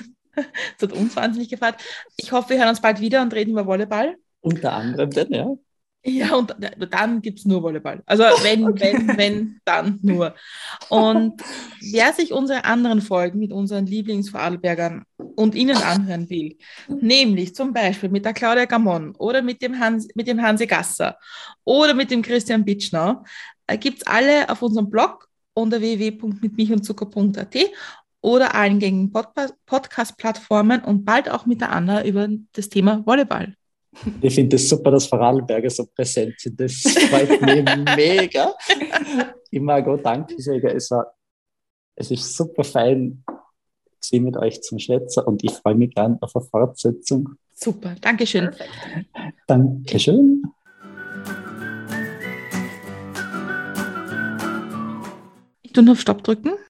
Speaker 2: es hat uns wahnsinnig gefreut. Ich hoffe, wir hören uns bald wieder und reden über Volleyball.
Speaker 3: Unter anderem denn, ja.
Speaker 2: Ja, und dann gibt es nur Volleyball. Also wenn, okay. wenn, wenn, dann nur. Und wer sich unsere anderen Folgen mit unseren Lieblingsvorarlbergern und Ihnen anhören will, nämlich zum Beispiel mit der Claudia Gamon oder mit dem, Hans, mit dem Hansi Gasser oder mit dem Christian Bitschner, äh, gibt es alle auf unserem Blog unter w w w punkt mit milch und zucker punkt a t oder allen gängigen Pod- Podcast-Plattformen und bald auch mit der Anna über das Thema Volleyball.
Speaker 3: Ich finde es das super, dass Vorarlberger so präsent sind. Das freut mich mega. Ich mag auch Danke sagen. Es, war, es ist super fein, Sie mit euch zum Schwätzen und ich freue mich gern auf eine Fortsetzung.
Speaker 2: Super, Dankeschön.
Speaker 3: Dankeschön.
Speaker 2: Ich tue nur auf Stopp drücken.